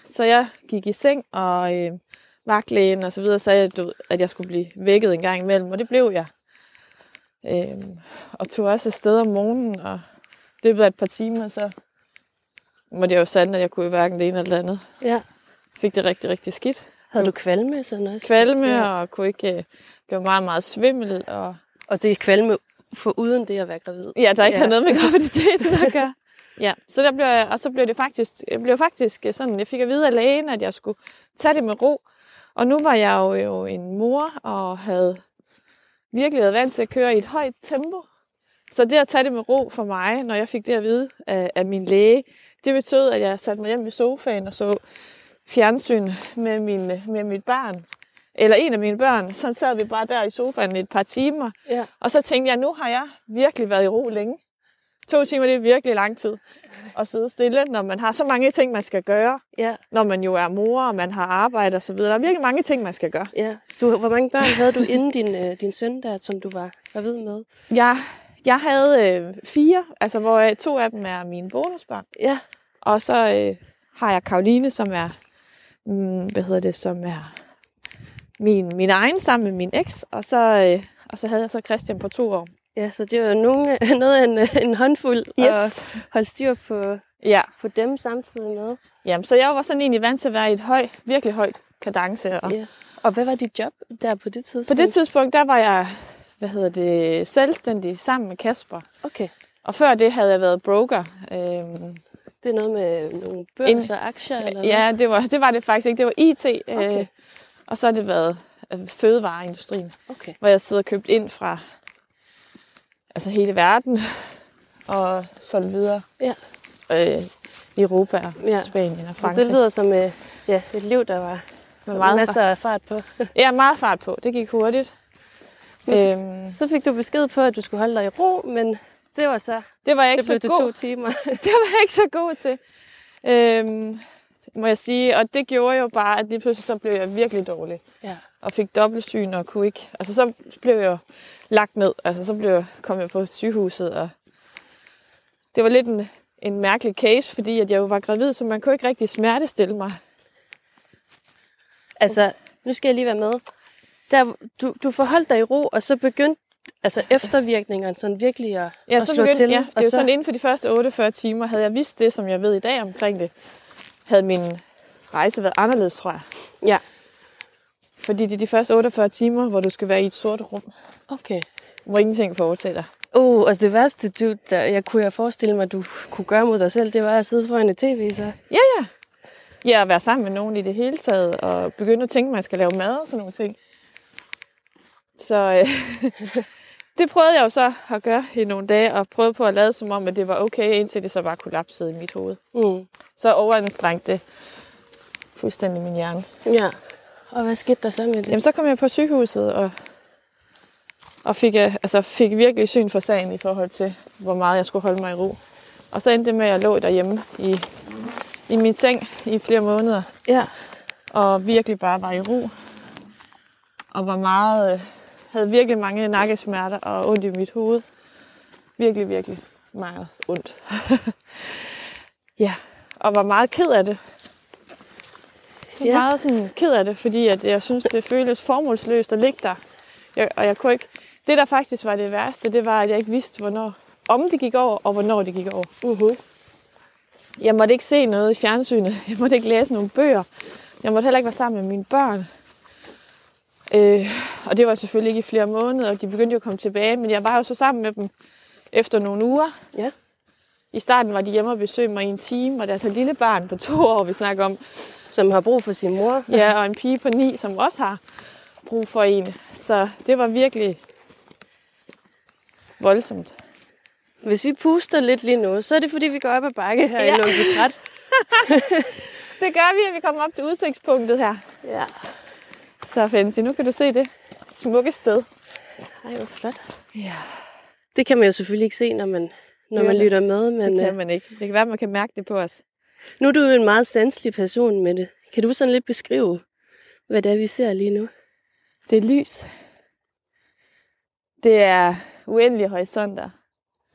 så jeg gik i seng, og øh, vagtlægen og så videre sagde, at, du, at jeg skulle blive vækket en gang imellem, og det blev jeg. Øh, og tog også afsted om morgenen, og i løbet af et par timer, så måtte jeg jo sande, at jeg kunne hverken det ene eller det andet. Ja. Fik det rigtig, rigtig skidt. Havde du kvalme sådan også? Kvalme, ja. og kunne ikke øh, blive meget, meget svimmel. Og, og det er kvalme for uden det at være gravid? Ja, der ikke ja. har noget med graviditeten at gøre. Ja, så der blev jeg, og så blev det faktisk, jeg blev faktisk sådan, jeg fik at vide af lægen, at jeg skulle tage det med ro. Og nu var jeg jo, jo en mor, og havde virkelig været vant til at køre i et højt tempo. Så det at tage det med ro for mig, når jeg fik det at vide af, af min læge, det betød, at jeg satte mig hjem i sofaen og så fjernsyn med, min, med mit barn. Eller en af mine børn. Så sad vi bare der i sofaen et par timer. Ja. Og så tænkte jeg, nu har jeg virkelig været i ro længe. To timer, det er virkelig lang tid at sidde stille, når man har så mange ting, man skal gøre. Ja. Når man jo er mor, og man har arbejde og så videre. Der er virkelig mange ting, man skal gøre. Ja. Du, hvor mange børn havde du inden din, øh, din søn der, som du var gravid med? Jeg, jeg havde øh, fire, altså hvor to af dem er mine bonusbørn. Ja. Og så øh, har jeg Karoline, som er, mm, hvad hedder det, som er min, min egen sammen med min eks. Og så, øh, og så havde jeg så Christian på to år. Ja, så det var nogle, noget af en, en håndfuld yes. at holde styr på, ja. på dem samtidig med. Jamen, så jeg var sådan egentlig vant til at være i et høj, virkelig højt kadence. Og, ja. og hvad var dit job der på det tidspunkt? På det tidspunkt, der var jeg, hvad hedder det, selvstændig sammen med Kasper. Okay. Og før det havde jeg været broker. Øhm, det er noget med nogle børs og aktier? Eller ja, det var, det var det faktisk ikke. Det var I T. Okay. Øh, og så har det været øh, fødevareindustrien. Okay. Hvor jeg sidder og købt ind fra altså hele verden, og solgt videre ja. øh, i Europa, ja. Spanien og Frankrig. Det lyder som øh, ja, et liv, der var med meget masser af fart på. ja, meget fart på. Det gik hurtigt. Øhm, så fik du besked på, at du skulle holde dig i ro, men det var så det var jeg ikke det så blev god. to timer. det var jeg ikke så god til. Øhm, må jeg sige, og det gjorde jo bare, at lige pludselig så blev jeg virkelig dårlig. Ja. Og fik dobbeltsyn og kunne ikke. Altså så blev jeg lagt ned. Altså så blev jeg, kom jeg på sygehuset. Og det var lidt en, en mærkelig case, fordi at jeg jo var gravid, så man kunne ikke rigtig smertestille mig. Altså, nu skal jeg lige være med. Der, du, du forholdt dig i ro, og så begyndte altså eftervirkningerne sådan virkelig at, ja, at så slå begyndte, til. Ja, det er jo så... sådan inden for de første otteogfyrre timer, havde jeg vidst det, som jeg ved i dag omkring det, havde min rejse været anderledes, tror jeg. Ja. Fordi det er de første otteogfyrre timer, hvor du skal være i et sort rum. Okay. Hvor ingenting foretage dig. Uh, altså det værste, du, der, jeg kunne jeg forestille mig, at du kunne gøre mod dig selv, det var at sidde foran et tv, så. Ja, ja. Ja, at være sammen med nogen i det hele taget, og begynde at tænke, at man skal lave mad og sådan nogle ting. Så øh, det prøvede jeg jo så at gøre i nogle dage, og prøvede på at lade som om, at det var okay, indtil det så bare kollapsede i mit hoved. Mm. Så overanstrengte det fuldstændig min hjerne. Ja, og hvad skete der så med det? Jamen, så kom jeg på sygehuset, og, og fik, altså, fik virkelig syn for sagen i forhold til, hvor meget jeg skulle holde mig i ro. Og så endte det med, at jeg lå derhjemme i, i min seng i flere måneder. Ja. Og virkelig bare var i ro. Og var meget, havde virkelig mange nakkesmerter og ondt i mit hoved. Virkelig, virkelig meget ondt. ja, og var meget ked af det. Jeg var ja. meget sådan ked af det, fordi at jeg synes, det føltes formålsløst at ligge der. Jeg, og jeg kunne ikke... Det, der faktisk var det værste, det var, at jeg ikke vidste, hvornår, om det gik over, og hvornår det gik over. Uh-huh. Jeg måtte ikke se noget i fjernsynet. Jeg måtte ikke læse nogle bøger. Jeg måtte heller ikke være sammen med mine børn. Øh, og det var selvfølgelig ikke i flere måneder, og de begyndte jo at komme tilbage. Men jeg var jo så sammen med dem efter nogle uger. Ja. I starten var de hjemme og besøgte mig i en time, og der er altså et lille barn på to år, vi snakker om. Som har brug for sin mor. Ja, og en pige på ni, som også har brug for en. Så det var virkelig voldsomt. Hvis vi puster lidt lige nu, så er det fordi, vi går op ad bakke her ja. i Lundbykrat. Det gør vi, at vi kommer op til udsigtspunktet her. Ja. Så Fancy, nu kan du se det smukke sted. Ej, hvor flot. Ja. Det kan man jo selvfølgelig ikke se, når man, når man lytter med. Men, det kan man ikke. Det kan være, at man kan mærke det på os. Nu er du jo en meget sanselig person med det. Kan du sådan lidt beskrive, hvad det er, vi ser lige nu? Det er lys. Det er uendelige horisonter.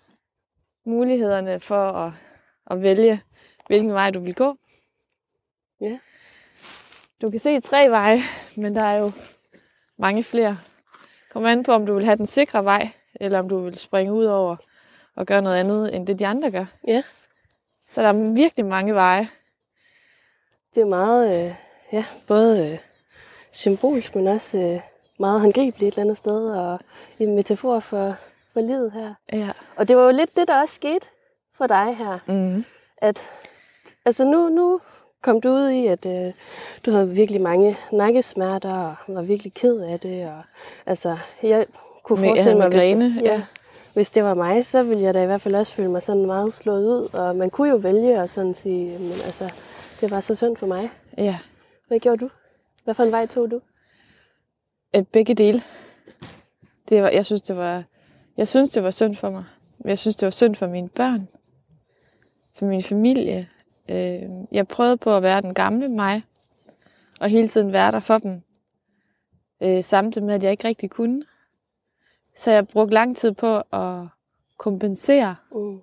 Mulighederne for at, at vælge, hvilken vej du vil gå. Ja. Du kan se tre veje, men der er jo mange flere. Kom an på, om du vil have den sikre vej, eller om du vil springe ud over og gøre noget andet, end det de andre gør. Ja. Så der er virkelig mange veje. Det er meget, øh, ja, både øh, symbolsk, men også øh, meget håndgribeligt et eller andet sted, og en metafor for, for livet her. Ja. Og det var jo lidt det, der også skete for dig her. Mm. At, altså nu, nu kom du ud i, at øh, du havde virkelig mange nakkesmerter, og var virkelig ked af det. Og, altså, jeg kunne Med, forestille mig, hvis græne, det, ja. ja, hvis det var mig, så ville jeg da i hvert fald også føle mig sådan meget slået ud. Og man kunne jo vælge at sådan sige, men altså, det var så synd for mig. Ja. Hvad gjorde du? Hvad for en vej tog du? Begge dele. Det var, jeg synes, det var, jeg synes, det var synd for mig. Jeg synes, det var synd for mine børn. For min familie. Jeg prøvede på at være den gamle mig. Og hele tiden være der for dem. Samtidig med, at jeg ikke rigtig kunne. Så jeg brugte lang tid på at kompensere. Mm.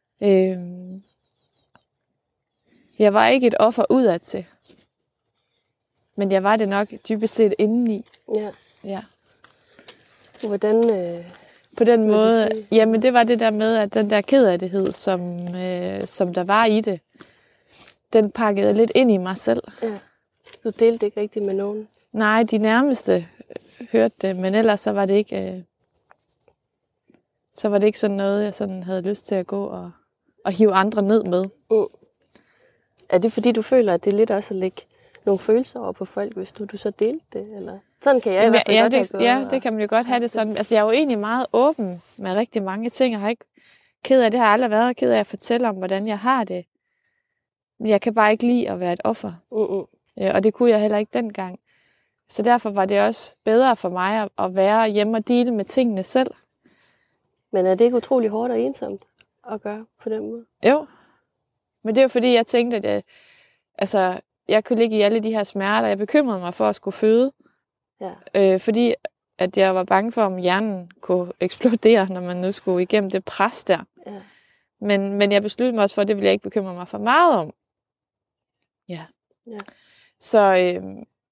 Jeg var ikke et offer udadtil. Men jeg var det nok dybest set indeni. Ja. Ja. Hvordan? Øh, På den måde, jamen det var det der med, at den der kederlighed, som, øh, som der var i det, den pakkede lidt ind i mig selv. Ja. Du delte ikke rigtigt med nogen? Nej, de nærmeste hørte det, men ellers så var det ikke, øh, så var det ikke sådan noget, jeg sådan havde lyst til at gå og, og hive andre ned med. Mm. Er det fordi, du føler, at det er lidt også at lægge nogle følelser over på folk, hvis du, du så delte det? Eller? Sådan kan jeg i hvert fald ja, godt det, have gået. Ja, det kan man jo godt have det sådan. Altså, jeg er jo egentlig meget åben med rigtig mange ting. Jeg har ikke ked af det, har jeg aldrig været ked af at fortælle om, hvordan jeg har det. Men jeg kan bare ikke lide at være et offer. Mm-mm. Ja, og det kunne jeg heller ikke dengang. Så derfor var det også bedre for mig at, at være hjemme og dele med tingene selv. Men er det ikke utrolig hårdt og ensomt at gøre på den måde? Jo. Men det er jo fordi, jeg tænkte, at jeg, altså, jeg kunne ligge i alle de her smerter. Jeg bekymrede mig for at skulle føde. Ja. Øh, fordi at jeg var bange for, om hjernen kunne eksplodere, når man nu skulle igennem det pres der. Ja. Men, men jeg besluttede mig også for, at det ville jeg ikke bekymre mig for meget om. Ja. Ja. Så øh,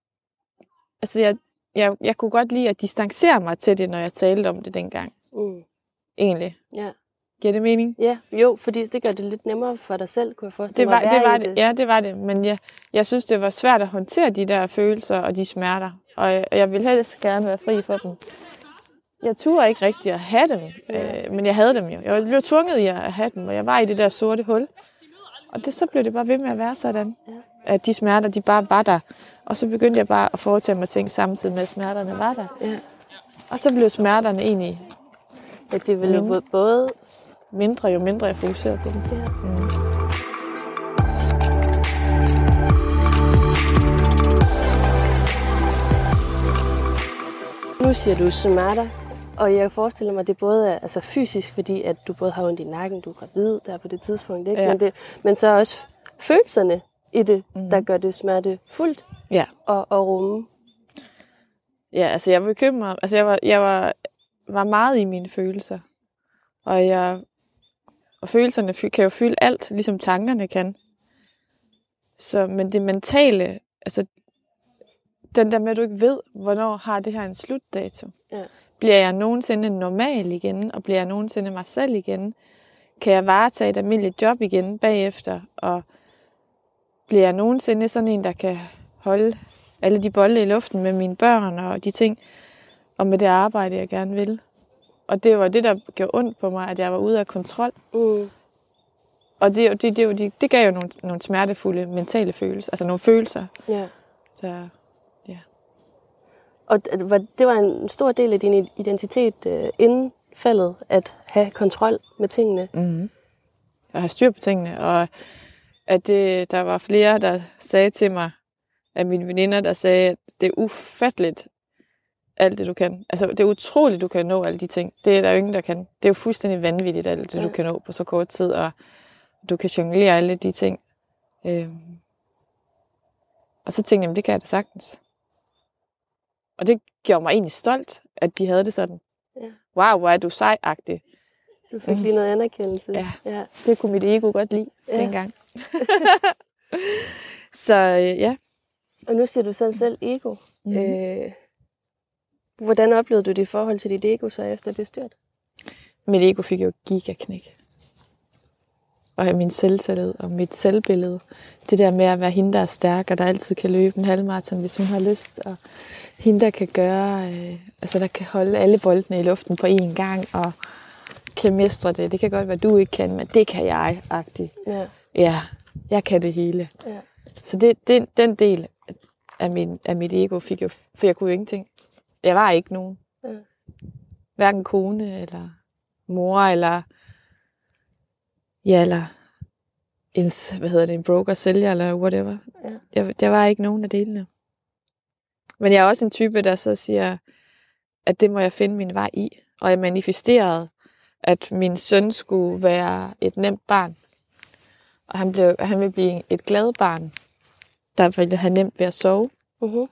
altså jeg, jeg, jeg kunne godt lide at distancere mig til det, når jeg talte om det dengang. Mm. Egentlig. Ja. Giver det mening? Ja, jo, fordi det gør det lidt nemmere for dig selv, kunne jeg forestille Det var, mig. det var det. det. Ja, det var det. Men jeg, jeg synes, det var svært at håndtere de der følelser og de smerter. Og jeg, og jeg ville helst gerne være fri for dem. Jeg turde ikke rigtig at have dem, Ja. øh, men jeg havde dem jo. Jeg blev tvunget i at have dem, og jeg var i det der sorte hul. Og det, så blev det bare ved med at være sådan. Ja. At de smerter, de bare var der. Og så begyndte jeg bare at foretage mig ting samtidig med, at smerterne var der. Ja. Og så blev smerterne egentlig At det ville jo både... mindre, jo mindre jeg fokuserede på dem. Ja. Mm. Nu siger du smerter, og jeg forestiller mig, at det både er altså fysisk, fordi at du både har ondt i nakken, du er gravid der på det tidspunkt, ikke? Ja. Men, det, men så også følelserne i det, Mhm. der gør det smertefuldt Ja. og, og rumme. Ja, altså jeg var bekymret. Altså jeg var, jeg var, var meget i mine følelser. Og, jeg, og følelserne fy- kan jo fylde alt, ligesom tankerne kan. Så, men det mentale, altså den der med, at du ikke ved, hvornår har det her en slutdato. Ja. Bliver jeg nogensinde normal igen, og bliver jeg nogensinde mig selv igen? Kan jeg varetage et almindeligt job igen bagefter? Og bliver jeg nogensinde sådan en, der kan holde alle de bolde i luften med mine børn og de ting, og med det arbejde, jeg gerne vil? Og det var det, der gjorde ondt på mig, at jeg var ude af kontrol. Mm. Og det, det, det, det, det gav jo nogle, nogle smertefulde mentale følelser, altså nogle følelser. Ja. Så Og det var- det var en stor del af din identitet øh, inden faldet, at have kontrol med tingene. mm-hmm. at have styr på tingene, og at det, der var flere, der sagde til mig, af mine veninder, der sagde, at det er ufatteligt, alt det du kan. Altså, det er utroligt, du kan nå alle de ting. Det er der jo ingen, der kan. Det er jo fuldstændig vanvittigt, alt det, Ja. du kan nå på så kort tid, og du kan jonglere alle de ting. Øhm. Og så tænkte jeg, jamen, det kan jeg da sagtens. Og det gjorde mig egentlig stolt, at de havde det sådan. Ja. Wow, hvor er du sej-agtig. Du fik lige noget anerkendelse. Ja. Ja. Det kunne mit ego godt lide Ja. dengang. Så øh, ja. Og nu siger du sådan selv ego. Mm. Øh, hvordan oplevede du det i forhold til dit ego så efter det styrt? Mit ego fik jo gigaknæk. Og min selvtillid og mit selvbillede. Det der med at være hende, der er stærk, og der altid kan løbe en halvmaraton, hvis hun har lyst. Og hende, der kan gøre, øh, altså der kan holde alle boldene i luften på én gang, og kan mestre det. Det kan godt være, du ikke kan, men det kan jeg, agtigt. Ja. Ja, jeg kan det hele. Ja. Så det, det, den del af, min, af mit ego fik jo, for jeg kunne jo ingenting. Jeg var ikke nogen. Ja. Hverken kone, eller mor, eller ja, eller en, hvad hedder det, en broker, sælger, eller whatever. Ja. Jeg, jeg var ikke nogen af delene. Men jeg er også en type, der så siger, at det må jeg finde min vej i. Og jeg manifesterede, at min søn skulle være et nemt barn. Og han, blev, han ville blive et glad barn, der ville have nemt ved at sove. Uh-huh.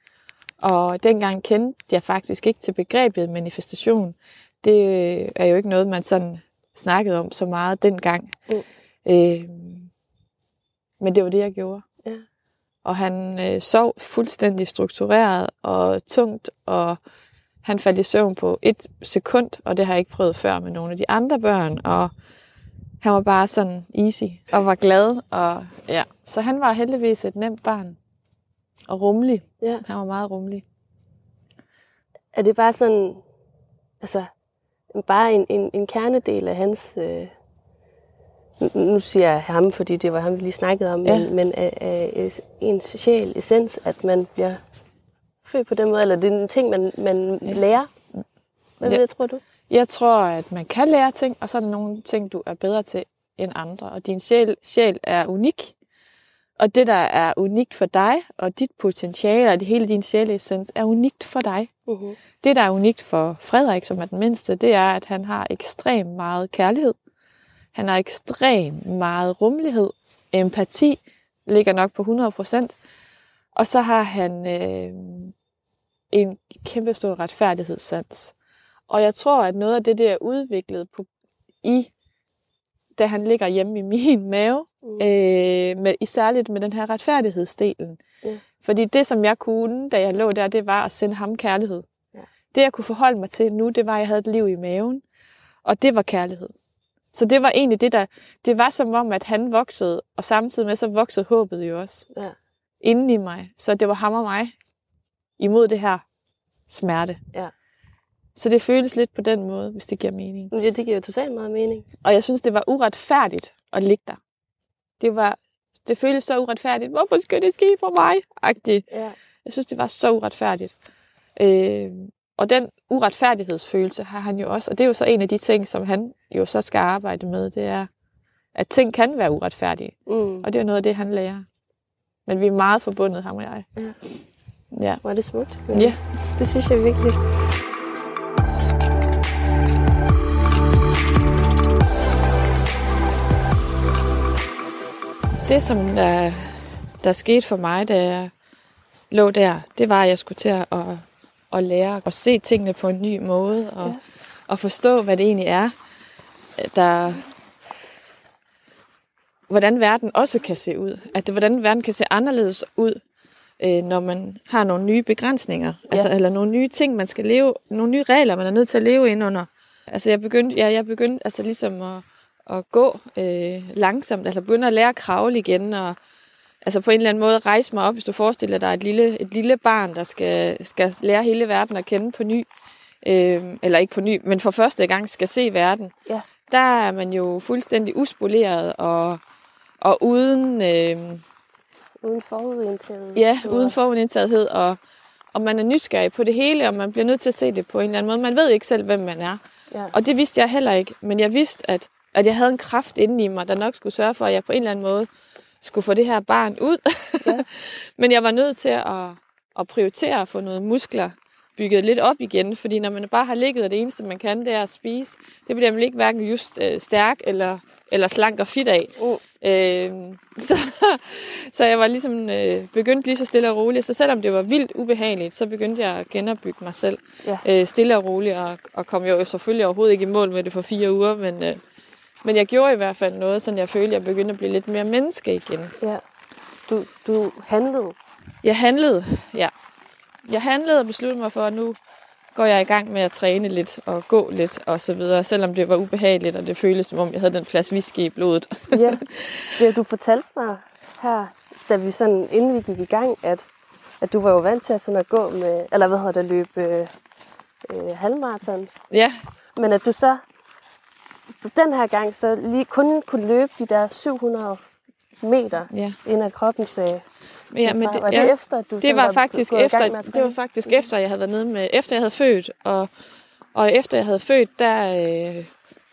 Og dengang kendte jeg faktisk ikke til begrebet manifestation. Det er jo ikke noget, man sådan snakkede om så meget dengang. Mm. Øh, men det var det, jeg gjorde. Ja. Og han øh, sov fuldstændig struktureret og tungt, og han faldt i søvn på et sekund, og det har jeg ikke prøvet før med nogle af de andre børn. Og han var bare sådan easy og var glad. Og, ja. Så han var heldigvis et nemt barn. Og rummelig. Ja. Han var meget rummelig. Er det bare sådan, altså, bare en, en, en kernedel af hans, øh, nu siger jeg ham, fordi det var ham, vi lige snakkede om, ja. men, men af, af ens sjæl, essens, at man bliver født på den måde, eller det er en ting, man, man ja. lærer? Hvad ja. det, tror du? Jeg tror, at man kan lære ting, og så er der nogle ting, du er bedre til end andre. Og din sjæl, sjæl er unik. Og det, der er unikt for dig, og dit potentiale, og det hele din sjælessens, er unikt for dig. Uh-huh. Det, der er unikt for Frederik, som er den mindste, det er, at han har ekstremt meget kærlighed. Han har ekstremt meget rummelighed. Empati ligger nok på hundrede procent. Og så har han øh, en kæmpe stor retfærdighedssans. Og jeg tror, at noget af det, der er udviklet på, i, da han ligger hjemme i min mave, mm. øh, med, særligt med den her retfærdighedsdelen. Yeah. Fordi det, som jeg kunne, da jeg lå der, det var at sende ham kærlighed. Yeah. Det, jeg kunne forholde mig til nu, det var, at jeg havde et liv i maven. Og det var kærlighed. Så det var egentlig det, der... Det var som om, at han voksede, og samtidig med, så voksede håbet jo også. Yeah. Inden i mig. Så det var ham og mig imod det her smerte. Yeah. Så det føles lidt på den måde, hvis det giver mening. Ja, det giver jo totalt meget mening. Og jeg synes, det var uretfærdigt at ligge der. Det var, det føles så uretfærdigt. Hvorfor skal det ske for mig? Agtigt. Ja. Jeg synes, det var så uretfærdigt. Øh, og den uretfærdighedsfølelse har han jo også. Og det er jo så en af de ting, som han jo så skal arbejde med. Det er, at ting kan være uretfærdige. Mm. Og det er jo noget af det, han lærer. Men vi er meget forbundet, ham og jeg. Ja. Ja. Var det smukt? Ja. Det synes jeg virkelig. Det, som der, der skete for mig, da jeg lå der, det var, at jeg skulle til at, at, at lære at se tingene på en ny måde, og, ja. og forstå, hvad det egentlig er, der, hvordan verden også kan se ud. At det, hvordan verden kan se anderledes ud, øh, når man har nogle nye begrænsninger, ja. altså, eller nogle nye ting, man skal leve, nogle nye regler, man er nødt til at leve ind under. Altså, jeg begyndte, ja, jeg begyndte altså ligesom at at gå øh, langsomt, altså begynde at lære at kravle igen, og altså på en eller anden måde rejse mig op, hvis du forestiller dig et lille, et lille barn, der skal, skal lære hele verden at kende på ny, øh, eller ikke på ny, men for første gang skal se verden. Ja. Der er man jo fuldstændig uspoleret, og, og uden... Øh, uden forudindtagethed. Ja, uden forudindtagethed, og, og man er nysgerrig på det hele, og man bliver nødt til at se det på en eller anden måde. Man ved ikke selv, hvem man er. Ja. Og det vidste jeg heller ikke, men jeg vidste, at at jeg havde en kraft inde i mig, der nok skulle sørge for, at jeg på en eller anden måde skulle få det her barn ud. Ja. Men jeg var nødt til at, at prioritere at få noget muskler bygget lidt op igen, fordi når man bare har ligget, og det eneste, man kan, det er at spise, det bliver man ikke hverken just øh, stærk eller, eller slank og fit af. Uh. Øh, så, så jeg var ligesom øh, begyndt lige så stille og roligt, så selvom det var vildt ubehageligt, så begyndte jeg at genopbygge mig selv ja. øh, stille og roligt, og, og kom jo selvfølgelig overhovedet ikke i mål med det for fire uger, men... Øh, Men jeg gjorde i hvert fald noget, så jeg følte, at jeg begyndte at blive lidt mere menneske igen. Ja. du, du handlede? Jeg handlede, ja. Jeg handlede og besluttede mig for, at nu går jeg i gang med at træne lidt og gå lidt og så videre, selvom det var ubehageligt, og det føltes som om, jeg havde den flaske whisky i blodet. Ja, det du fortalte mig her, da vi sådan, inden vi gik i gang, at, at du var jo vant til at, sådan at gå med, eller hvad hedder det, løbe øh, øh, halvmarathon. Ja. Men at du så den her gang så lige kun kunne løbe de der syv hundrede meter, ja. inden at kroppen sagde. Ja, men det, var det ja, efter, at du det var faktisk efter, det det var faktisk efter, jeg havde været nede med, efter jeg havde født, og, og efter jeg havde født, der øh,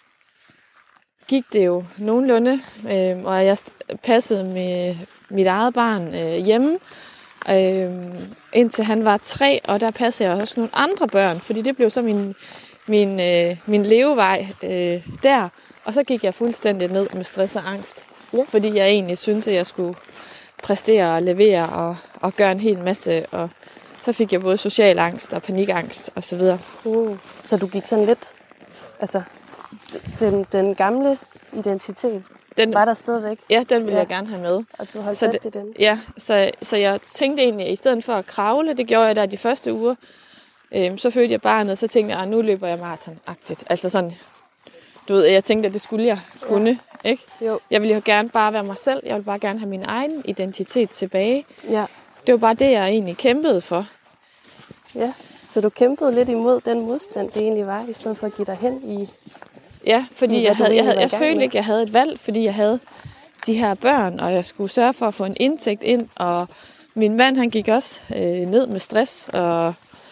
gik det jo nogenlunde, øh, og jeg passede med mit eget barn øh, hjemme, øh, indtil han var tre, og der passede jeg også nogle andre børn, fordi det blev så min, min, øh, min levevej øh, der, og så gik jeg fuldstændig ned med stress og angst, ja. Fordi jeg egentlig syntes, at jeg skulle præstere og levere og, og gøre en hel masse, og så fik jeg både social angst og panikangst og så videre. Uh, så du gik sådan lidt, altså den, den gamle identitet, den var der stadigvæk? Ja, den ville ja. jeg gerne have med. Og du holdt så fast det, i den? Ja, så, så jeg tænkte egentlig, at i stedet for at kravle, det gjorde jeg der de første uger, øhm, så følte jeg barnet, og så tænkte jeg, at nu løber jeg maraton-agtigt. Altså sådan, du ved, jeg tænkte, at det skulle jeg kunne, ja. Ikke? Jo. Jeg ville jo gerne bare være mig selv, jeg ville bare gerne have min egen identitet tilbage. Ja. Det var bare det, jeg egentlig kæmpede for. Ja, så du kæmpede lidt imod den modstand, det egentlig var, i stedet for at give dig hen i... Ja, fordi jeg, havde, jeg, havde, jeg følte ikke, jeg havde et valg, fordi jeg havde de her børn, og jeg skulle sørge for at få en indtægt ind, og min mand, han gik også øh, ned med stress, og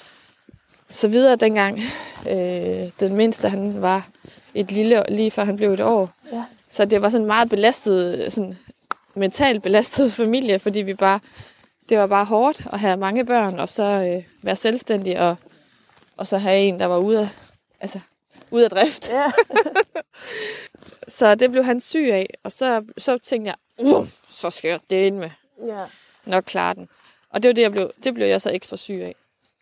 så videre dengang. Øh, den mindste, han var et lille, lige før han blev et år. Ja. Så det var sådan en meget belastet, sådan mentalt belastet familie, fordi vi bare, det var bare hårdt at have mange børn, og så øh, være selvstændig, og, og så have en, der var ude af, altså, ude af drift. Ja. Så det blev han syg af, og så, så tænkte jeg, uh, så skal jeg dele med. Ja. Nok klare den. Og det var det, jeg blev, det blev jeg så ekstra syg af.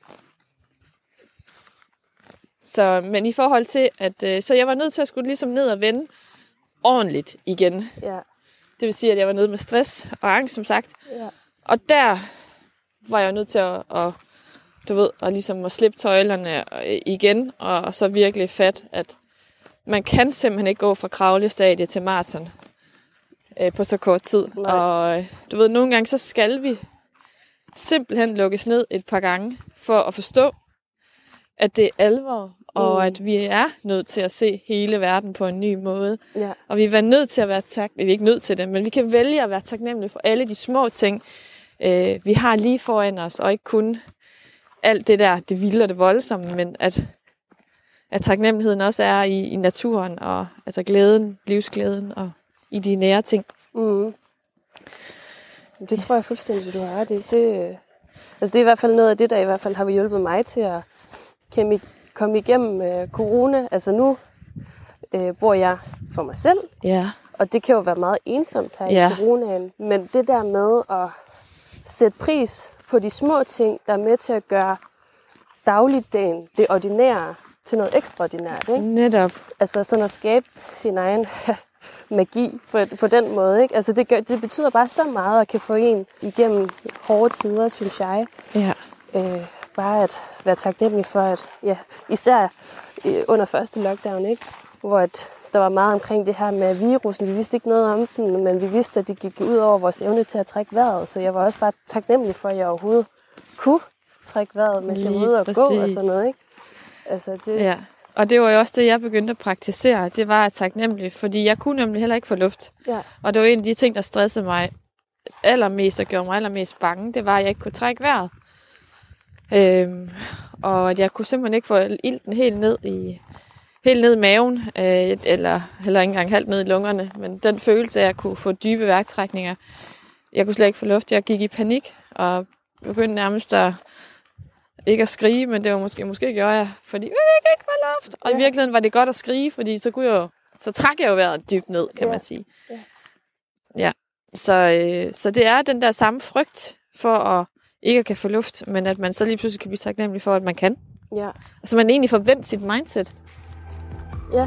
Så, men i forhold til, at øh, så jeg var nødt til at skulle ligesom ned og vende ordentligt igen. Ja. Det vil sige, at jeg var nede med stress og angst, som sagt. Ja. Og der var jeg nødt til at, at du ved, at ligesom at slippe tøjlerne igen, og så virkelig fat, at man kan simpelthen ikke gå fra kravlestadie til maraton øh, på så kort tid. Nej. Og du ved, nogle gange så skal vi simpelthen lukkes ned et par gange, for at forstå, at det er alvor, og mm. at vi er nødt til at se hele verden på en ny måde. Ja. Og vi er nødt til at være taknemmelige. Vi er ikke nødt til det, men vi kan vælge at være taknemmelige for alle de små ting, øh, vi har lige foran os, og ikke kun alt det der, det vilde og det voldsomme, men at, at taknemmeligheden også er i, i naturen, og altså glæden, livsglæden, og i de nære ting. Mm. Det tror jeg fuldstændig, du har ret i. Det, altså det er i hvert fald noget af det, der i hvert fald har hjulpet mig til at komme igennem øh, corona. Altså nu øh, bor jeg for mig selv, ja. Og det kan jo være meget ensomt her ja. i coronaen. Men det der med at sætte pris på de små ting, der er med til at gøre dagligdagen, det ordinære, til noget ekstraordinært. Ikke? Netop. Altså sådan at skabe sin egen magi på, på den måde. Ikke? Altså det, gør, det betyder bare så meget at kan få en igennem hårde tider, synes jeg. Ja. Øh, bare at være taknemmelig for, at ja, især øh, under første lockdown, ikke? Hvor at der var meget omkring det her med virusen. Vi vidste ikke noget om den, men vi vidste, at det gik ud over vores evne til at trække vejret. Så jeg var også bare taknemmelig for, at jeg overhovedet kunne trække vejret, mens jeg var ude og gå og sådan noget. Ikke? Altså, det... Ja, og det var jo også det, jeg begyndte at praktisere. Det var at taknemmelig, fordi jeg kunne nemlig heller ikke få luft. Ja. Og det var en af de ting, der stressede mig allermest og gjorde mig allermest bange. Det var, at jeg ikke kunne trække vejret. Øhm, og at jeg kunne simpelthen ikke få ilten helt ned i helt ned i maven, øh, eller heller ikke engang halvt ned i lungerne, men den følelse af at kunne få dybe vejrtrækninger, jeg kunne slet ikke få luft. Jeg gik i panik, og begyndte nærmest at ikke at skrige, men det var måske, måske gjorde jeg, fordi jeg kan ikke få luft. Og ja. I virkeligheden var det godt at skrige, fordi så kunne jeg så trak jeg jo vejret dybt ned, kan ja. man sige. Ja. ja. Så, øh, så det er den der samme frygt for at ikke at kan få luft, men at man så lige pludselig kan blive taknemmelig for, at man kan. Ja. Og så man egentlig forventer sit mindset. Ja.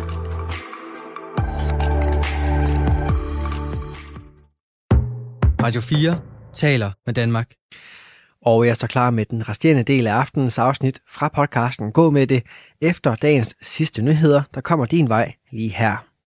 Radio fire taler med Danmark. Og jeg står klar med den resterende del af aftenens afsnit fra podcasten Gå med det efter dagens sidste nyheder, der kommer din vej lige her.